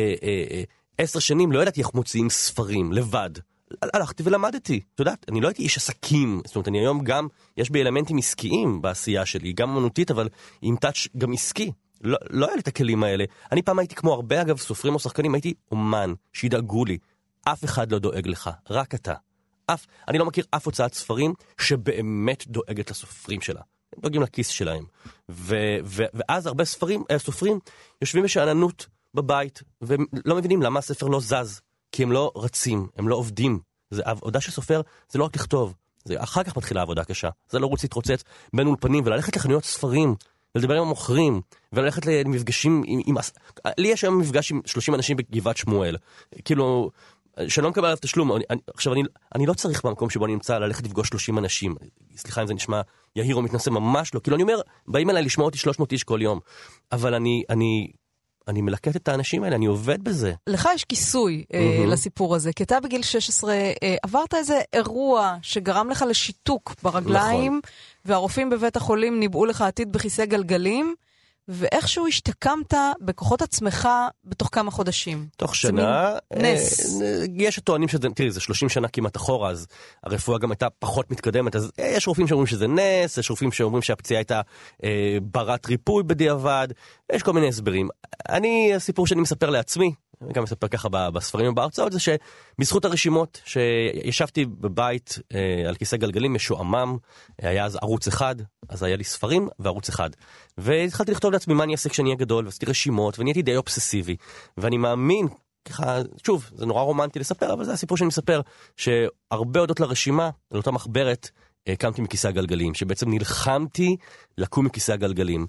Speaker 4: 10 שנים לא ידעתי איך מוציאים ספרים לבד. הלכתי ולמדתי, אתה יודעת, אני לא הייתי איש עסקים, זאת אומרת, אני היום גם, יש בי אלמנטים עסקיים בעשייה שלי, גם אמנותית, אבל עם טאץ' גם עסקי. לא היה לי את הכלים האלה. אני פעם הייתי כמו הרבה, אגב, סופרים או שחקנים, הייתי אומן, שידאגו לי. אף אחד לא דואג לך, רק אתה. אני לא מכיר אף הוצאת ספרים שבאמת דואגת לסופרים שלה. הם דואגים לכיס שלהם. ואז הרבה סופרים יושבים בשעננות בבית, ולא מבינים למה הספר לא זז, כי הם לא רצים, הם לא עובדים. העבודה של סופר זה לא רק לכתוב, זה אחר כך מתחילה עבודה קשה. זה לא רוצים להתרוצץ בין אולפנים, וללכת לחנויות ספרים, ולדבר עם המוכרים, וללכת למפגשים לי יש היום מפגש עם 30 אנשים בגבעת שמואל. כאילו, שלא מקבל עליו תשלום. עכשיו, אני לא צריך במקום שבו אני נמצא ללכת לפגוש 30 אנשים. סליחה אם זה נשמע יהיר או מתנשא, ממש לא. כאילו, אני אומר, באים אליי לשמוע אותי 300 איש כל יום. אבל אני מלקט את האנשים האלה, אני עובד בזה.
Speaker 2: לך יש כיסוי לסיפור הזה, כי אתה בגיל 16 עברת איזה אירוע שגרם לך לשיתוק ברגליים, נכון. והרופאים בבית החולים ניבאו לך עתיד בכיסא גלגלים, ואיכשהו השתקמת בכוחות עצמך בתוך כמה חודשים.
Speaker 4: תוך שנה,
Speaker 2: נס.
Speaker 4: יש טוענים שזה, תראי, זה 30 שנה כמעט אחורה, אז הרפואה גם הייתה פחות מתקדמת, אז יש רופאים שאומרים שזה נס, יש רופאים שאומרים שהפציעה הייתה ברת ריפוי בדיעבד, יש כל מיני הסברים. הסיפור שאני מספר לעצמי, אני גם מספר ככה בספרים ובהרצאות, זה שבזכות הרשימות שישבתי בבית על כיסא גלגלים משועמם, היה אז ערוץ אחד, אז היה לי ספרים וערוץ אחד. והתחלתי לכתוב לעצמי מה אני אעשה כשאני אהיה גדול, ועשיתי רשימות, ונהייתי די אובססיבי. ואני מאמין, ככה, שוב, זה נורא רומנטי לספר, אבל זה הסיפור שאני מספר, שהרבה הודות לרשימה, על אותה מחברת, קמתי מכיסא הגלגלים, שבעצם נלחמתי לקום מכיסא הגלגלים.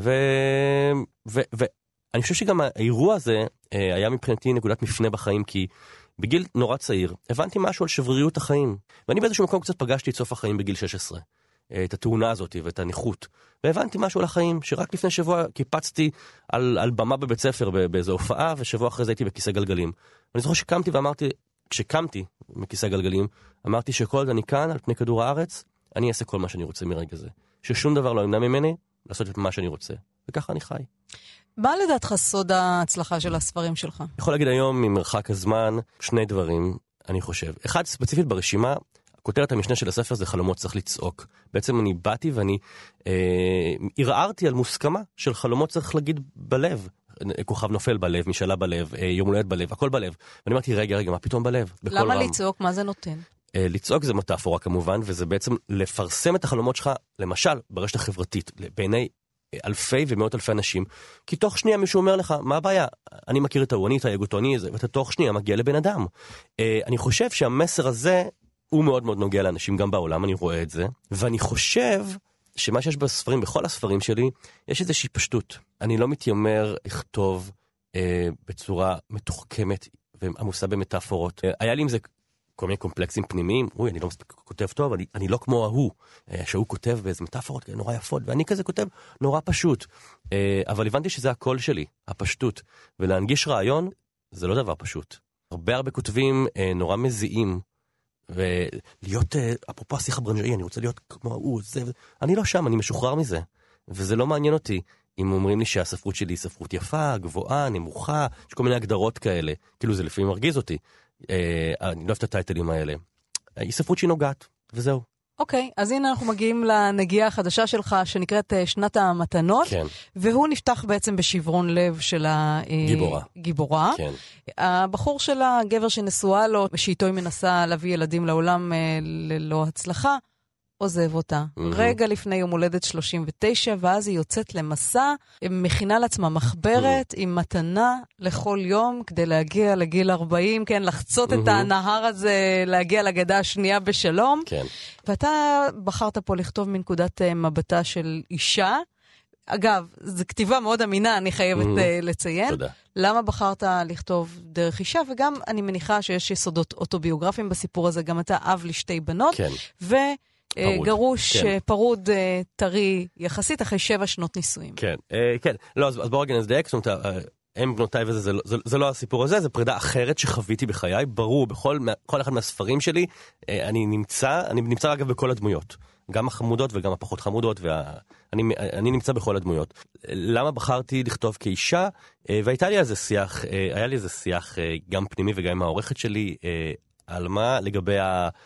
Speaker 4: אני חושב שגם האירוע הזה היה מבחינתי נקודת מפנה בחיים, כי בגיל נורא צעיר הבנתי משהו על שבריריות החיים. ואני באיזשהו מקום קצת פגשתי את סוף החיים בגיל 16. את התאונה הזאת ואת הנכות. והבנתי משהו על החיים, שרק לפני שבוע קיפצתי על במה בבית ספר באיזו הופעה, ושבוע אחרי זה הייתי בכיסא גלגלים. ואני זוכר שקמתי ואמרתי, כשקמתי מכיסא גלגלים, אמרתי שכל עוד אני כאן על פני כדור הארץ, אני אעשה כל מה שאני רוצה מרגע זה. ששום דבר לא ימנע ממני לעשות את מה שאני רוצה. וככה אני חי.
Speaker 2: מה לדעתך סוד ההצלחה של הספרים שלך?
Speaker 4: יכול להגיד היום ממרחק הזמן שני דברים, אני חושב. אחד ספציפית ברשימה, כותרת המשנה של הספר זה חלומות צריך לצעוק. בעצם אני באתי ואני ערערתי על מוסכמה של חלומות צריך להגיד בלב. כוכב נופל בלב, משאלה בלב, יום הולדת בלב, הכל בלב. ואני אמרתי, רגע, מה פתאום בלב?
Speaker 2: למה לצעוק? מה זה נותן?
Speaker 4: לצעוק זה מטאפורה כמובן, וזה בעצם לפרסם את החלומות שלך, למשל, ברשת החברתית, בעיני אלפי ומאות אלפי אנשים, כי תוך שנייה מישהו אומר לך, מה הבעיה? אני מכיר את ההוא, אני את היגותו, אני זה, ואתה תוך שנייה מגיע לבן אדם. אני חושב שהמסר הזה הוא מאוד מאוד נוגע לאנשים גם בעולם, אני רואה את זה, ואני חושב שמה שיש בספרים, בכל הספרים שלי, יש איזושהי פשטות. אני לא מתיימר לכתוב בצורה מתוחכמת ועמוסה במטאפורות. היה לי עם זה כל מיני קומפלקסים פנימיים, אני לא מספיק כותב טוב, אני לא כמו ההוא, שהוא כותב באיזה מטאפורות נורא יפות, ואני כזה כותב נורא פשוט. אבל הבנתי שזה הקול שלי, הפשטות. ולהנגיש רעיון, זה לא דבר פשוט. הרבה כותבים נורא מזיעים, ולהיות, אפרופו השיח הברנז'אי, אני רוצה להיות כמו ההוא, אני לא שם, אני משוחרר מזה. וזה לא מעניין אותי. אם אומרים לי שהספרות שלי היא ספרות יפה, גבוהה, נמוכה, יש כל מיני הגדרות כאלה. כאילו זה לפעמים מרגיז אותי. אני לא אוהב את הטייטלים האלה. היא ספרות שהיא נוגעת, וזהו.
Speaker 2: אוקיי, אז הנה אנחנו מגיעים לנגיעה החדשה שלך, שנקראת שנת המתנות,
Speaker 4: כן.
Speaker 2: והוא נפתח בעצם בשברון לב של הגיבורה.
Speaker 4: כן.
Speaker 2: הבחור שלה, גבר שנשואה לו, שאיתו היא מנסה להביא ילדים לעולם ללא הצלחה, עוזב אותה. רגע לפני יום הולדת 39, ואז היא יוצאת למסע, מכינה לעצמה מחברת עם מתנה לכל יום, כדי להגיע לגיל 40, כן, לחצות את הנהר הזה, להגיע לגדה השנייה בשלום.
Speaker 4: כן.
Speaker 2: ואתה בחרת פה לכתוב מנקודת מבטה של אישה. אגב, זו כתיבה מאוד אמינה, אני חייבת לציין.
Speaker 4: תודה.
Speaker 2: למה בחרת לכתוב דרך אישה? וגם אני מניחה שיש יסודות אוטוביוגרפיים בסיפור הזה, גם אתה אב לשתי בנות.
Speaker 4: כן.
Speaker 2: גרוש פרוד טרי יחסית אחרי 7 שנות נישואים.
Speaker 4: כן, כן. לא, אז בואו רגע נזדייק, זאת אומרת, הם בנותיי וזה, זה לא הסיפור הזה, זה פרידה אחרת שחוויתי בחיי, ברור, בכל אחד מהספרים שלי, אני נמצא אגב בכל הדמויות, גם החמודות וגם הפחות חמודות, אני נמצא בכל הדמויות. למה בחרתי לכתוב כאישה? והייתה לי על זה שיח, היה לי איזה שיח גם פנימי וגם עם העורכת שלי, על מה לגבי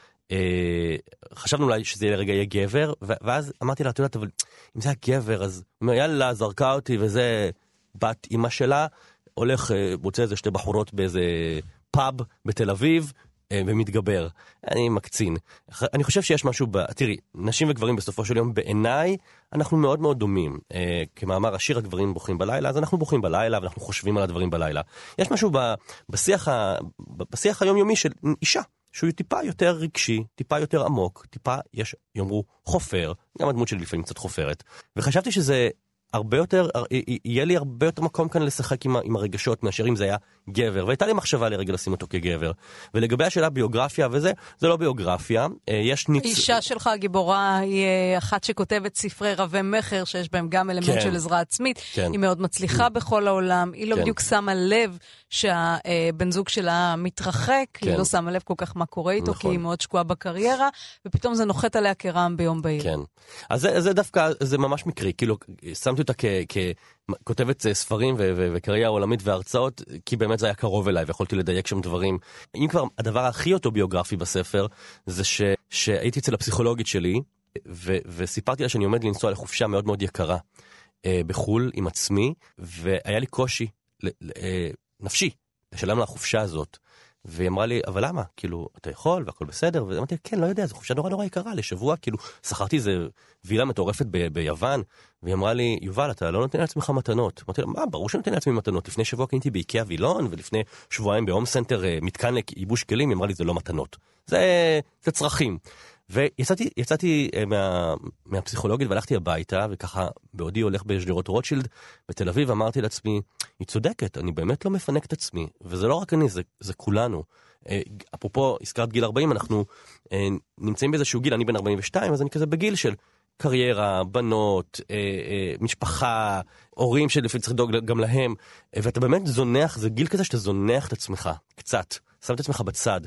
Speaker 4: חשבנו אולי שזה לרגע יהיה גבר, ואז אמרתי לה, אתה יודעת, אבל אם זה היה גבר, אז הוא אומר, יאללה, זרקה אותי, וזה בת אמא שלה, הולך, מוצא איזה 2 בחורות באיזה פאב בתל אביב, ומתגבר. אני מקצין. אני חושב שיש משהו תראי, נשים וגברים בסופו של יום בעיניי, אנחנו מאוד מאוד דומים. כמאמר השיר, הגברים בוכים בלילה, אז אנחנו בוכים בלילה, ואנחנו חושבים על הדברים בלילה. יש משהו בשיח היומיומי של אישה, שהוא טיפה יותר רגשי, טיפה יותר עמוק, טיפה, יש, יאמרו, חופר, גם הדמות שלי לפעמים קצת חופרת. וחשבתי שזה הרבה יותר, יהיה לי הרבה יותר מקום כאן לשחק עם הרגשות מאשר אם זה היה גבר, והייתה לי מחשבה לרגע לשים אותו כגבר. ולגבי השאלה ביוגרפיה וזה, זה לא ביוגרפיה, יש
Speaker 2: אישה שלך הגיבורה היא אחת שכותבת ספרי רבי מחר, שיש בהם גם אלמנט של עזרה עצמית, היא מאוד מצליחה בכל העולם, היא לא בדיוק שמה לב שהבן זוג שלה מתרחק, היא לא שמה לב כל כך מה קורה איתו, כי היא מאוד שקועה בקריירה, ופתאום זה נוחת עליה כרעם ביום בהיר.
Speaker 4: כן, אז זה דווקא, זה ממש מקרי, כאילו שמתי אותה ככותבת ספרים וקריירה עולמית והרצאות, כי באמת זה היה קרוב אליי, ויכולתי לדייק שם דברים. אם כבר, הדבר הכי אוטוביוגרפי בספר, זה שהייתי אצל הפסיכולוגית שלי, וסיפרתי לה שאני עומד לנסוע לחופשה מאוד מאוד יקרה, בחול עם עצמי, והיה לי קושי נפשי לשלם לה החופשה הזאת. והיא אמרה לי, אבל למה? כאילו, אתה יכול והכל בסדר? ואמרתי, כן, לא יודע, זו חופשה נורא יקרה לשבוע, כאילו, שכרתי איזה וילה מטורפת ביוון, והיא אמרה לי, יובל, אתה לא נותן לעצמך מתנות. אמרתי לה, מה, ברור שנותן לעצמי מתנות. לפני שבוע קניתי באיקאה וילון, ולפני שבועיים בהום סנטר מתקן לייבוש כלים, היא אמרה לי, זה לא מתנות. זה צרכים. ויצאתי מהפסיכולוגית והלכתי הביתה, וככה בעודי הולך בשדרות רוטשילד בתל אביב, אמרתי לעצמי, היא צודקת, אני באמת לא מפנק את עצמי, וזה לא רק אני, זה כולנו. אפרופו, הזכרת גיל 40, אנחנו נמצאים באיזשהו גיל, אני בן 42, אז אני כזה בגיל של קריירה, בנות, משפחה, הורים שלפעמים צריך לדאוג גם להם, ואתה באמת זונח, זה גיל כזה שאתה זונח את עצמך, קצת, שם את עצמך בצד,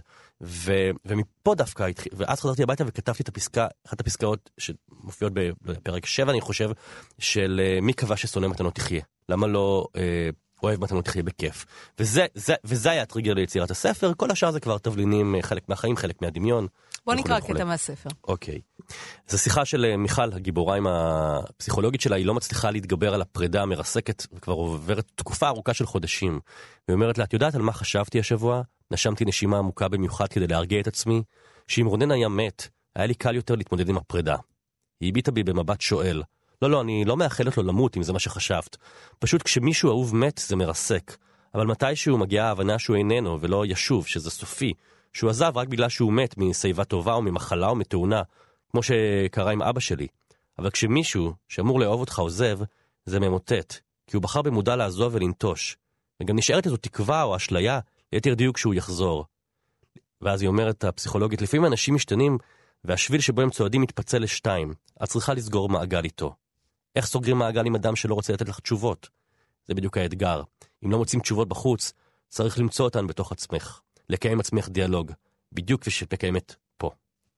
Speaker 4: ומפה דווקא, ואז חזרתי הביתה וכתבתי את הפסקה, אחת הפסקאות שמופיעות בפרק 7, אני חושב, של מי קבע ששונא מתנות תחיה? למה לא אוהב מתנות תחיה בכיף? וזה היה הטריגר ליצירת הספר, כל השאר זה כבר תבלינים, חלק מהחיים, חלק מהדמיון.
Speaker 2: בוא נקרא קטע מהספר.
Speaker 4: אוקיי. זו שיחה של מיכל, הגיבורה עם הפסיכולוגית שלה, היא לא מצליחה להתגבר על הפרידה המרסקת, וכבר עוברת תקופה ארוכה של חודשים. והיא אומרת לה, את יודעת על מה חשבתי השבוע? נשמתי נשימה עמוקה במיוחד כדי להרגיע את עצמי, שאם רונן היה מת, היה לי קל יותר להתמודד עם הפרידה. היא הביטה בי במבט שואל, לא, אני לא מאחלת לו למות אם זה מה שחשבת. פשוט כשמישהו אהוב מת זה מרסק. אבל מתישהו מגיעה ההבנה שהוא איננו ולא ישוב, שזה סופי, שהוא עזב רק בגלל שהוא מת מסביבה טובה או ממחלה או מתאונה, כמו שקרה עם אבא שלי. אבל כשמישהו שאמור לאהוב אותך עוזב, זה ממוטט, כי הוא בחר במודע לעזוב ולנטוש. וגם נשארת איזו תקווה או אשליה, יתר דיוק שהוא יחזור. ואז היא אומרת, הפסיכולוגית, לפעמים אנשים משתנים, והשביל שבו הם צועדים מתפצל לשתיים. את צריכה לסגור מעגל איתו. איך סוגרים מעגל עם אדם שלא רוצה לתת לך תשובות? זה בדיוק האתגר. אם לא מוצאים תשובות בחוץ, צריך למצוא אותן בתוך עצמך. לקיים עצמך דיאלוג. בדיוק כפי שמקיימת פה.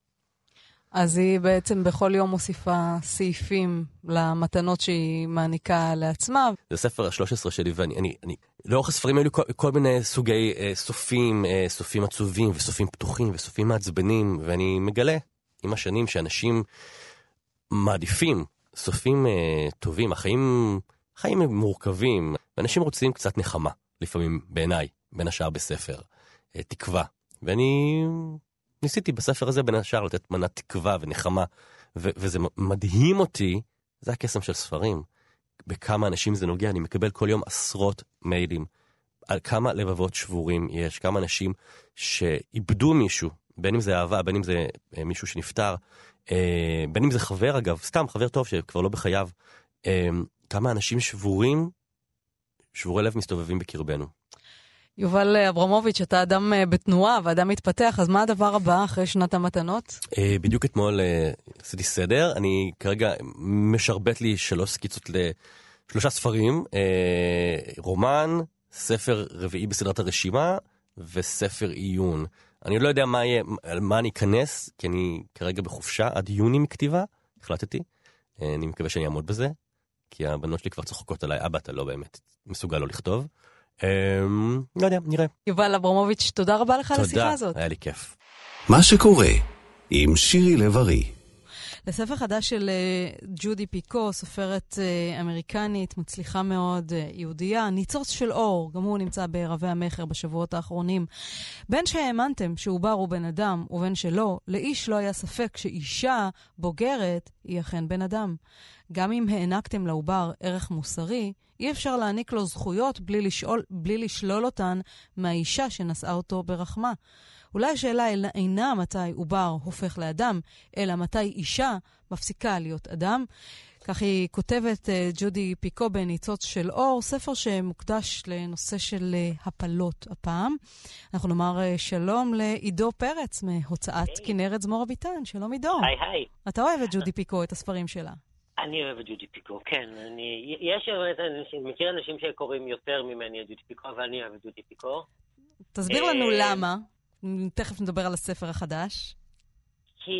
Speaker 2: אז היא בעצם בכל יום מוסיפה סעיפים למתנות שהיא מעניקה לעצמה.
Speaker 4: זה ספר ה-13 שלי, ואני לאורך הספרים היו כל מיני סוגי סופים עצובים, וסופים פתוחים, וסופים מעצבנים, ואני מגלה עם השנים שאנשים מעדיפים סופים טובים, החיים מורכבים, ואנשים רוצים קצת נחמה, לפעמים בעיניי, בין השאר בספר, תקווה. ואני ניסיתי בספר הזה בין השאר לתת מנת תקווה ונחמה, וזה מדהים אותי, זה הקסם של ספרים, בכמה אנשים זה נוגע, אני מקבל כל יום עשרות מיילים, על כמה לבבות שבורים יש, כמה אנשים שאיבדו מישהו, בין אם זה אהבה, בין אם זה מישהו שנפטר, בין אם זה חבר אגב, סתם חבר טוב שכבר לא בחייו, כמה אנשים שבורי לב מסתובבים בקרבנו.
Speaker 2: יובל אברמוביץ', אתה אדם בתנועה ואדם מתפתח, אז מה הדבר הבא אחרי שנת המתנות?
Speaker 4: בדיוק אתמול עשיתי סדר, אני כרגע משרבט לי 3 סקיצות ל3 ספרים, רומן, ספר רביעי בסדרת הרשימה, וספר עיון. אני לא יודע מה אני אכנס, כי אני כרגע בחופשה, עד יוני מכתיבה, החלטתי. אני מקווה שאני אעמוד בזה, כי הבנות שלי כבר צוחקות עליי, אבא, אתה לא באמת מסוגל לא לכתוב. לא יודע, נראה.
Speaker 2: יובל אברמוביץ', תודה רבה לך על השיחה הזאת.
Speaker 4: תודה, היה לי כיף.
Speaker 1: מה שקורה עם שירי לב-ארי.
Speaker 2: לספר חדש של ג'ודי פיקו, סופרת אמריקנית, מצליחה מאוד, יהודייה, ניצוץ של אור, גם הוא נמצא בערבי המחר בשבועות האחרונים. בין שהאמנתם שעובר הוא בן אדם ובין שלא, לאיש לא היה ספק שאישה בוגרת היא אכן בן אדם. גם אם הענקתם לעובר ערך מוסרי, אי אפשר להעניק לו זכויות בלי לשלול אותן מהאישה שנשאה אותו ברחמה. אולי השאלה אינה מתי עובר הופך לאדם, אלא מתי אישה מפסיקה להיות אדם. כך היא כותבת ג'ודי פיקו בניצוץ של אור, ספר שמוקדש לנושא של הפלות הפעם. אנחנו נאמר שלום לעידו פרץ מהוצאת כנרת זמור אביטן. שלום עידו.
Speaker 5: היי.
Speaker 2: אתה אוהב את ג'ודי פיקו, את הספרים שלה?
Speaker 5: אני אוהב את ג'ודי פיקו, כן. אני מכיר אנשים שקוראים יותר ממני את ג'ודי פיקו, אבל אני אוהב את ג'ודי פיקו.
Speaker 2: תסביר לנו למה. תכף נדבר על הספר החדש.
Speaker 5: כי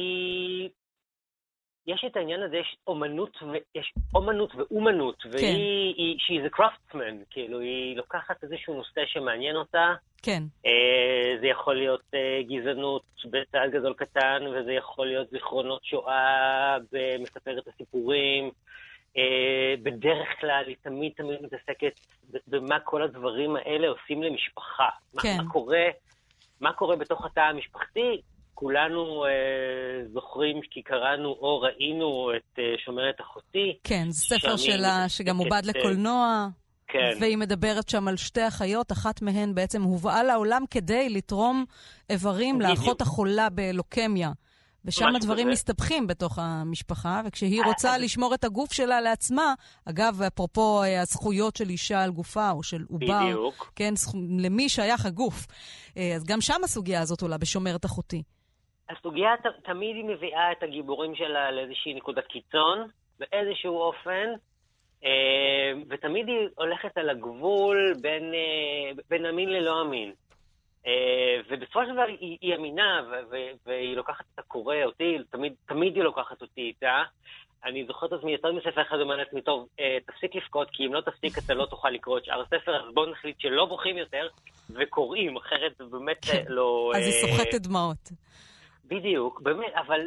Speaker 5: יש את העניין הזה, יש אומנות ואומנות, she's a craftsman, כאילו היא לוקחת איזשהו נושא שמעניין אותה.
Speaker 2: כן.
Speaker 5: זה יכול להיות גזענות בצעד גדול קטן, וזה יכול להיות זיכרונות שואה, מספרת הסיפורים. בדרך כלל היא תמיד מתעסקת במה כל הדברים האלה עושים למשפחה.
Speaker 2: כן.
Speaker 5: מה קורה בתוך התא המשפחתי? כולנו זוכרים כי קראנו או ראינו את שומרת אחותי.
Speaker 2: כן, זה ספר שלה שגם עובד לקולנוע.
Speaker 5: כן.
Speaker 2: והיא מדברת שם על שתי אחיות, אחת מהן בעצם הובאה לעולם כדי לתרום איברים לאחות החולה בלוקמיה. ושם הדברים מסתבכים בתוך המשפחה, וכשהיא רוצה לשמור את הגוף שלה לעצמה, אגב, אפרופו הזכויות של אישה על גופה או של עובר,
Speaker 5: בדיוק.
Speaker 2: כן, למי שייך הגוף. אז גם שם הסוגיה הזאת עולה בשומרת אחותי.
Speaker 5: הסוגיה תמיד היא מביאה את הגיבורים שלה לאיזושהי נקודת קיצון, באיזשהו אופן, ותמיד היא הולכת על הגבול בין אמין ללא אמין. ובסופו של דבר היא אמינה, והיא לוקחת את הקורא אותי, תמיד היא לוקחת אותי איתה. אני זוכרת עצמי יותר מספר אחד אומר לעצמי, טוב, תפסיק לבכות, כי אם לא תפסיק אתה לא תוכל לקרוא את שאר הספר, אז בואו נחליט שלא בוכים יותר וקוראים, אחרת זה באמת לא...
Speaker 2: אז היא סוחטת דמעות.
Speaker 5: בדיוק, באמת, אבל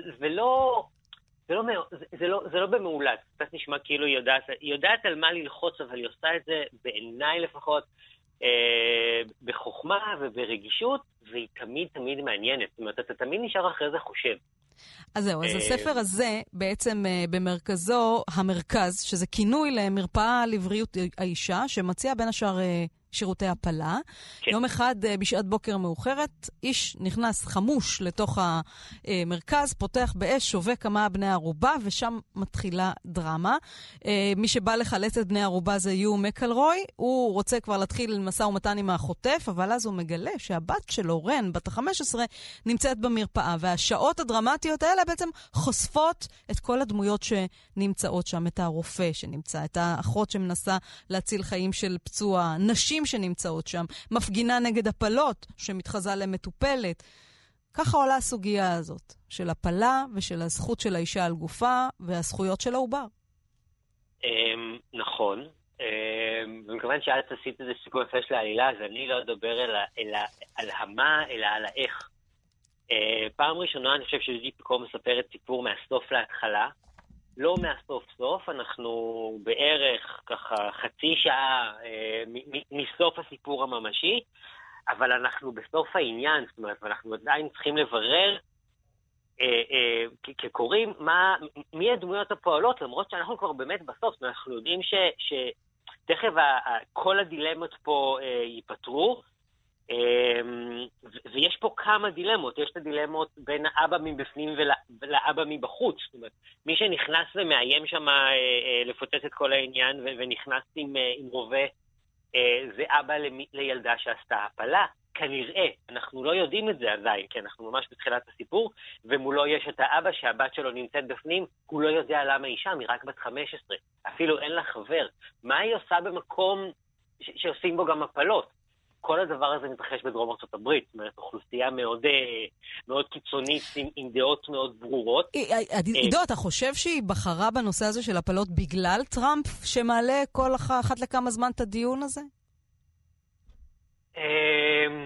Speaker 5: זה לא במעולת. קצת נשמע כאילו היא יודעת על מה ללחוץ, אבל היא עושה את זה בעיניי לפחות, בחוכמה וברגישות, והיא תמיד מעניינת. זאת אומרת, אתה תמיד נשאר אחרי זה חושב.
Speaker 2: אז זהו, אז הספר הזה בעצם במרכזו המרכז, שזה כינוי למרפאה לבריאות האישה, שמציע בין השאר שירותי הפלה. כן. יום אחד בשעת בוקר מאוחרת, איש נכנס חמוש לתוך המרכז, פותח באש, שובה כמה בני ערובה, ושם מתחילה דרמה. מי שבא לחלץ את בני ערובה זה יו מקלרוי, הוא רוצה כבר להתחיל משא ומתן עם החוטף, אבל אז הוא מגלה שהבת שלו, רן, בת ה-15, נמצאת במרפאה, והשעות הדרמטיות האלה בעצם חושפות את כל הדמויות שנמצאות שם, את הרופא שנמצא, את האחות שמנסה להציל חיים של פצוע, נשים שנמצאות שם, מפגינה נגד הפלות שמתחזה למטופלת. ככה עולה הסוגיה הזאת, של הפלה ושל הזכות של האישה על גופה והזכויות של העובר.
Speaker 5: נכון. ומכיוון שאת עשית איזה סיכוי יפה לעלילה, אז אני לא אדבר על המה, אלא על האיך. פעם ראשונה אני חושב שג'ודי פיקו מספרת סיפור מהסוף להתחלה, לא מהסוף סוף, אנחנו בערך ככה חצי שעה מסוף הסיפור הממשי, אבל אנחנו בסוף העניין, זאת אומרת, ואנחנו עדיין צריכים לברר כקוראים מי הדמויות הפועלות, למרות שאנחנו כבר באמת בסוף, זאת אומרת, אנחנו יודעים שתכף כל הדילמות פה ייפתרו, ויש פה כמה דילמות, יש את הדילמות בין האבא מבפנים ולאבא מבחוץ, זאת אומרת, מי שנכנס ומאיים שם לפוצץ את כל העניין ונכנס עם רובה, זה אבא לילדה שעשתה הפלה, כנראה, אנחנו לא יודעים את זה עדיין, כי אנחנו ממש בתחילת הסיפור, ומולו יש את האבא שהבת שלו נמצאת בפנים, הוא לא יודע למה היא שם, היא רק בת 15, אפילו אין לה חבר, מה היא עושה במקום שעושים בו גם הפלות? כל הדבר הזה מתרחש בדרום ארצות הברית, זאת אומרת, אוכלוסייה מאוד קיצונית, עם דעות מאוד ברורות.
Speaker 2: עידו, אתה חושב שהיא בחרה בנושא הזה של הפלות בגלל טראמפ, שמעלה כל אחת לכמה זמן את הדיון הזה?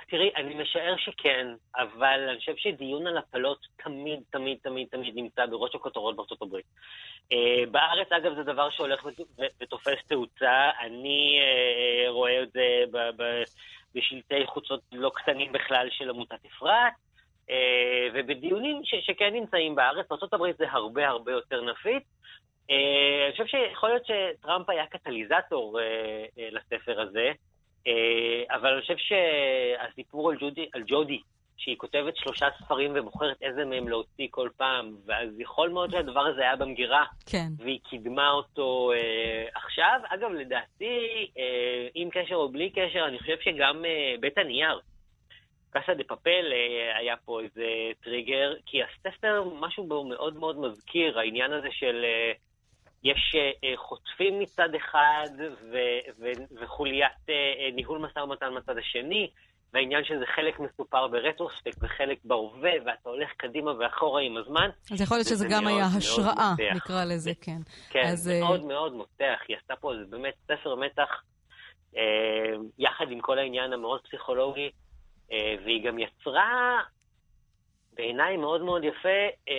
Speaker 5: תראי, אני משער שכן, אבל אני חושב שדיון על הפלות תמיד, תמיד, תמיד, תמיד נמצא בראש הכותרות בארצות הברית. בארץ, אגב, זה דבר שהולך ותופס תאוצה. אני רואה את זה בשלטי חוצות לא קטנים בכלל של עמותת אפרת, ובדיונים שכן נמצאים בארץ. בארצות הברית זה הרבה הרבה יותר נפיץ. אני חושב שיכול להיות שטראמפ היה קטליזטור לספר הזה, אבל אני חושב שהסיפור על ג'ודי, שהיא כותבת 3 ספרים ובוחרת איזה מהם להוציא כל פעם, ואז יכול מאוד שהדבר הזה היה במגירה,
Speaker 2: כן.
Speaker 5: והיא קידמה אותו עכשיו. אגב, לדעתי, עם קשר או בלי קשר, אני חושב שגם בית הנייר, קאסה דה פאפל, היה פה איזה טריגר, כי הספר משהו בו מאוד מאוד מזכיר, העניין הזה של יש חוטפים מצד אחד וחוליית ניהול משא ומתן מצד השני, והעניין שזה חלק מסופר ברטרוספקט וחלק בהווה, ואתה הולך קדימה ואחורה עם הזמן.
Speaker 2: אז יכול להיות שזה גם היה השראה, נקרא לזה, כן.
Speaker 5: כן, מאוד מאוד מותח. היא עשתה פה באמת ספר מתח, יחד עם כל העניין המאוד פסיכולוגי, והיא גם יצרה בעיניי מאוד מאוד יפה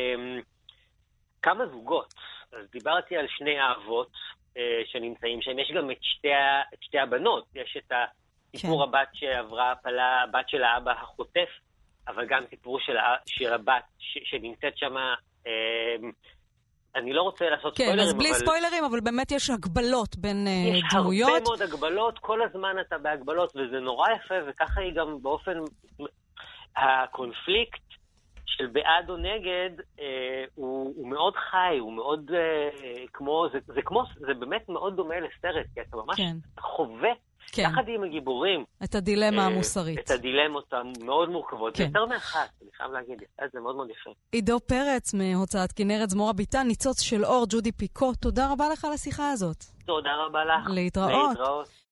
Speaker 5: כמה זוגות. אז דיברתי על 2 האבות שנמצאים שם. יש גם את שתי הבנות. יש את סיפור הבת שעברה הפלה, הבת של האבא החוטף, אבל גם סיפור של הבת שנמצאת שם. אני לא רוצה לעשות ספוילרים.
Speaker 2: כן, אז בלי ספוילרים, אבל באמת יש הגבלות בין דמויות.
Speaker 5: יש הרבה מאוד הגבלות, כל הזמן אתה בהגבלות, וזה נורא יפה, וככה היא גם באופן... הקונפליקט של בעד או נגד הוא מאוד חי, הוא מאוד זה באמת מאוד דומה לסרט, כי אתה ממש חווה יחד עם הגיבורים
Speaker 2: את הדילמה המוסרית,
Speaker 5: את הדילמות המאוד מורכבות, יותר מאחת, אני חייב להגיד, זה מאוד מאוד יפה.
Speaker 2: עידו פרץ מהוצאת כנרת זמורה ביטן, ניצוץ של אור, ג'ודי פיקו, תודה רבה לך על השיחה הזאת.
Speaker 5: תודה רבה לך.
Speaker 2: להתראות.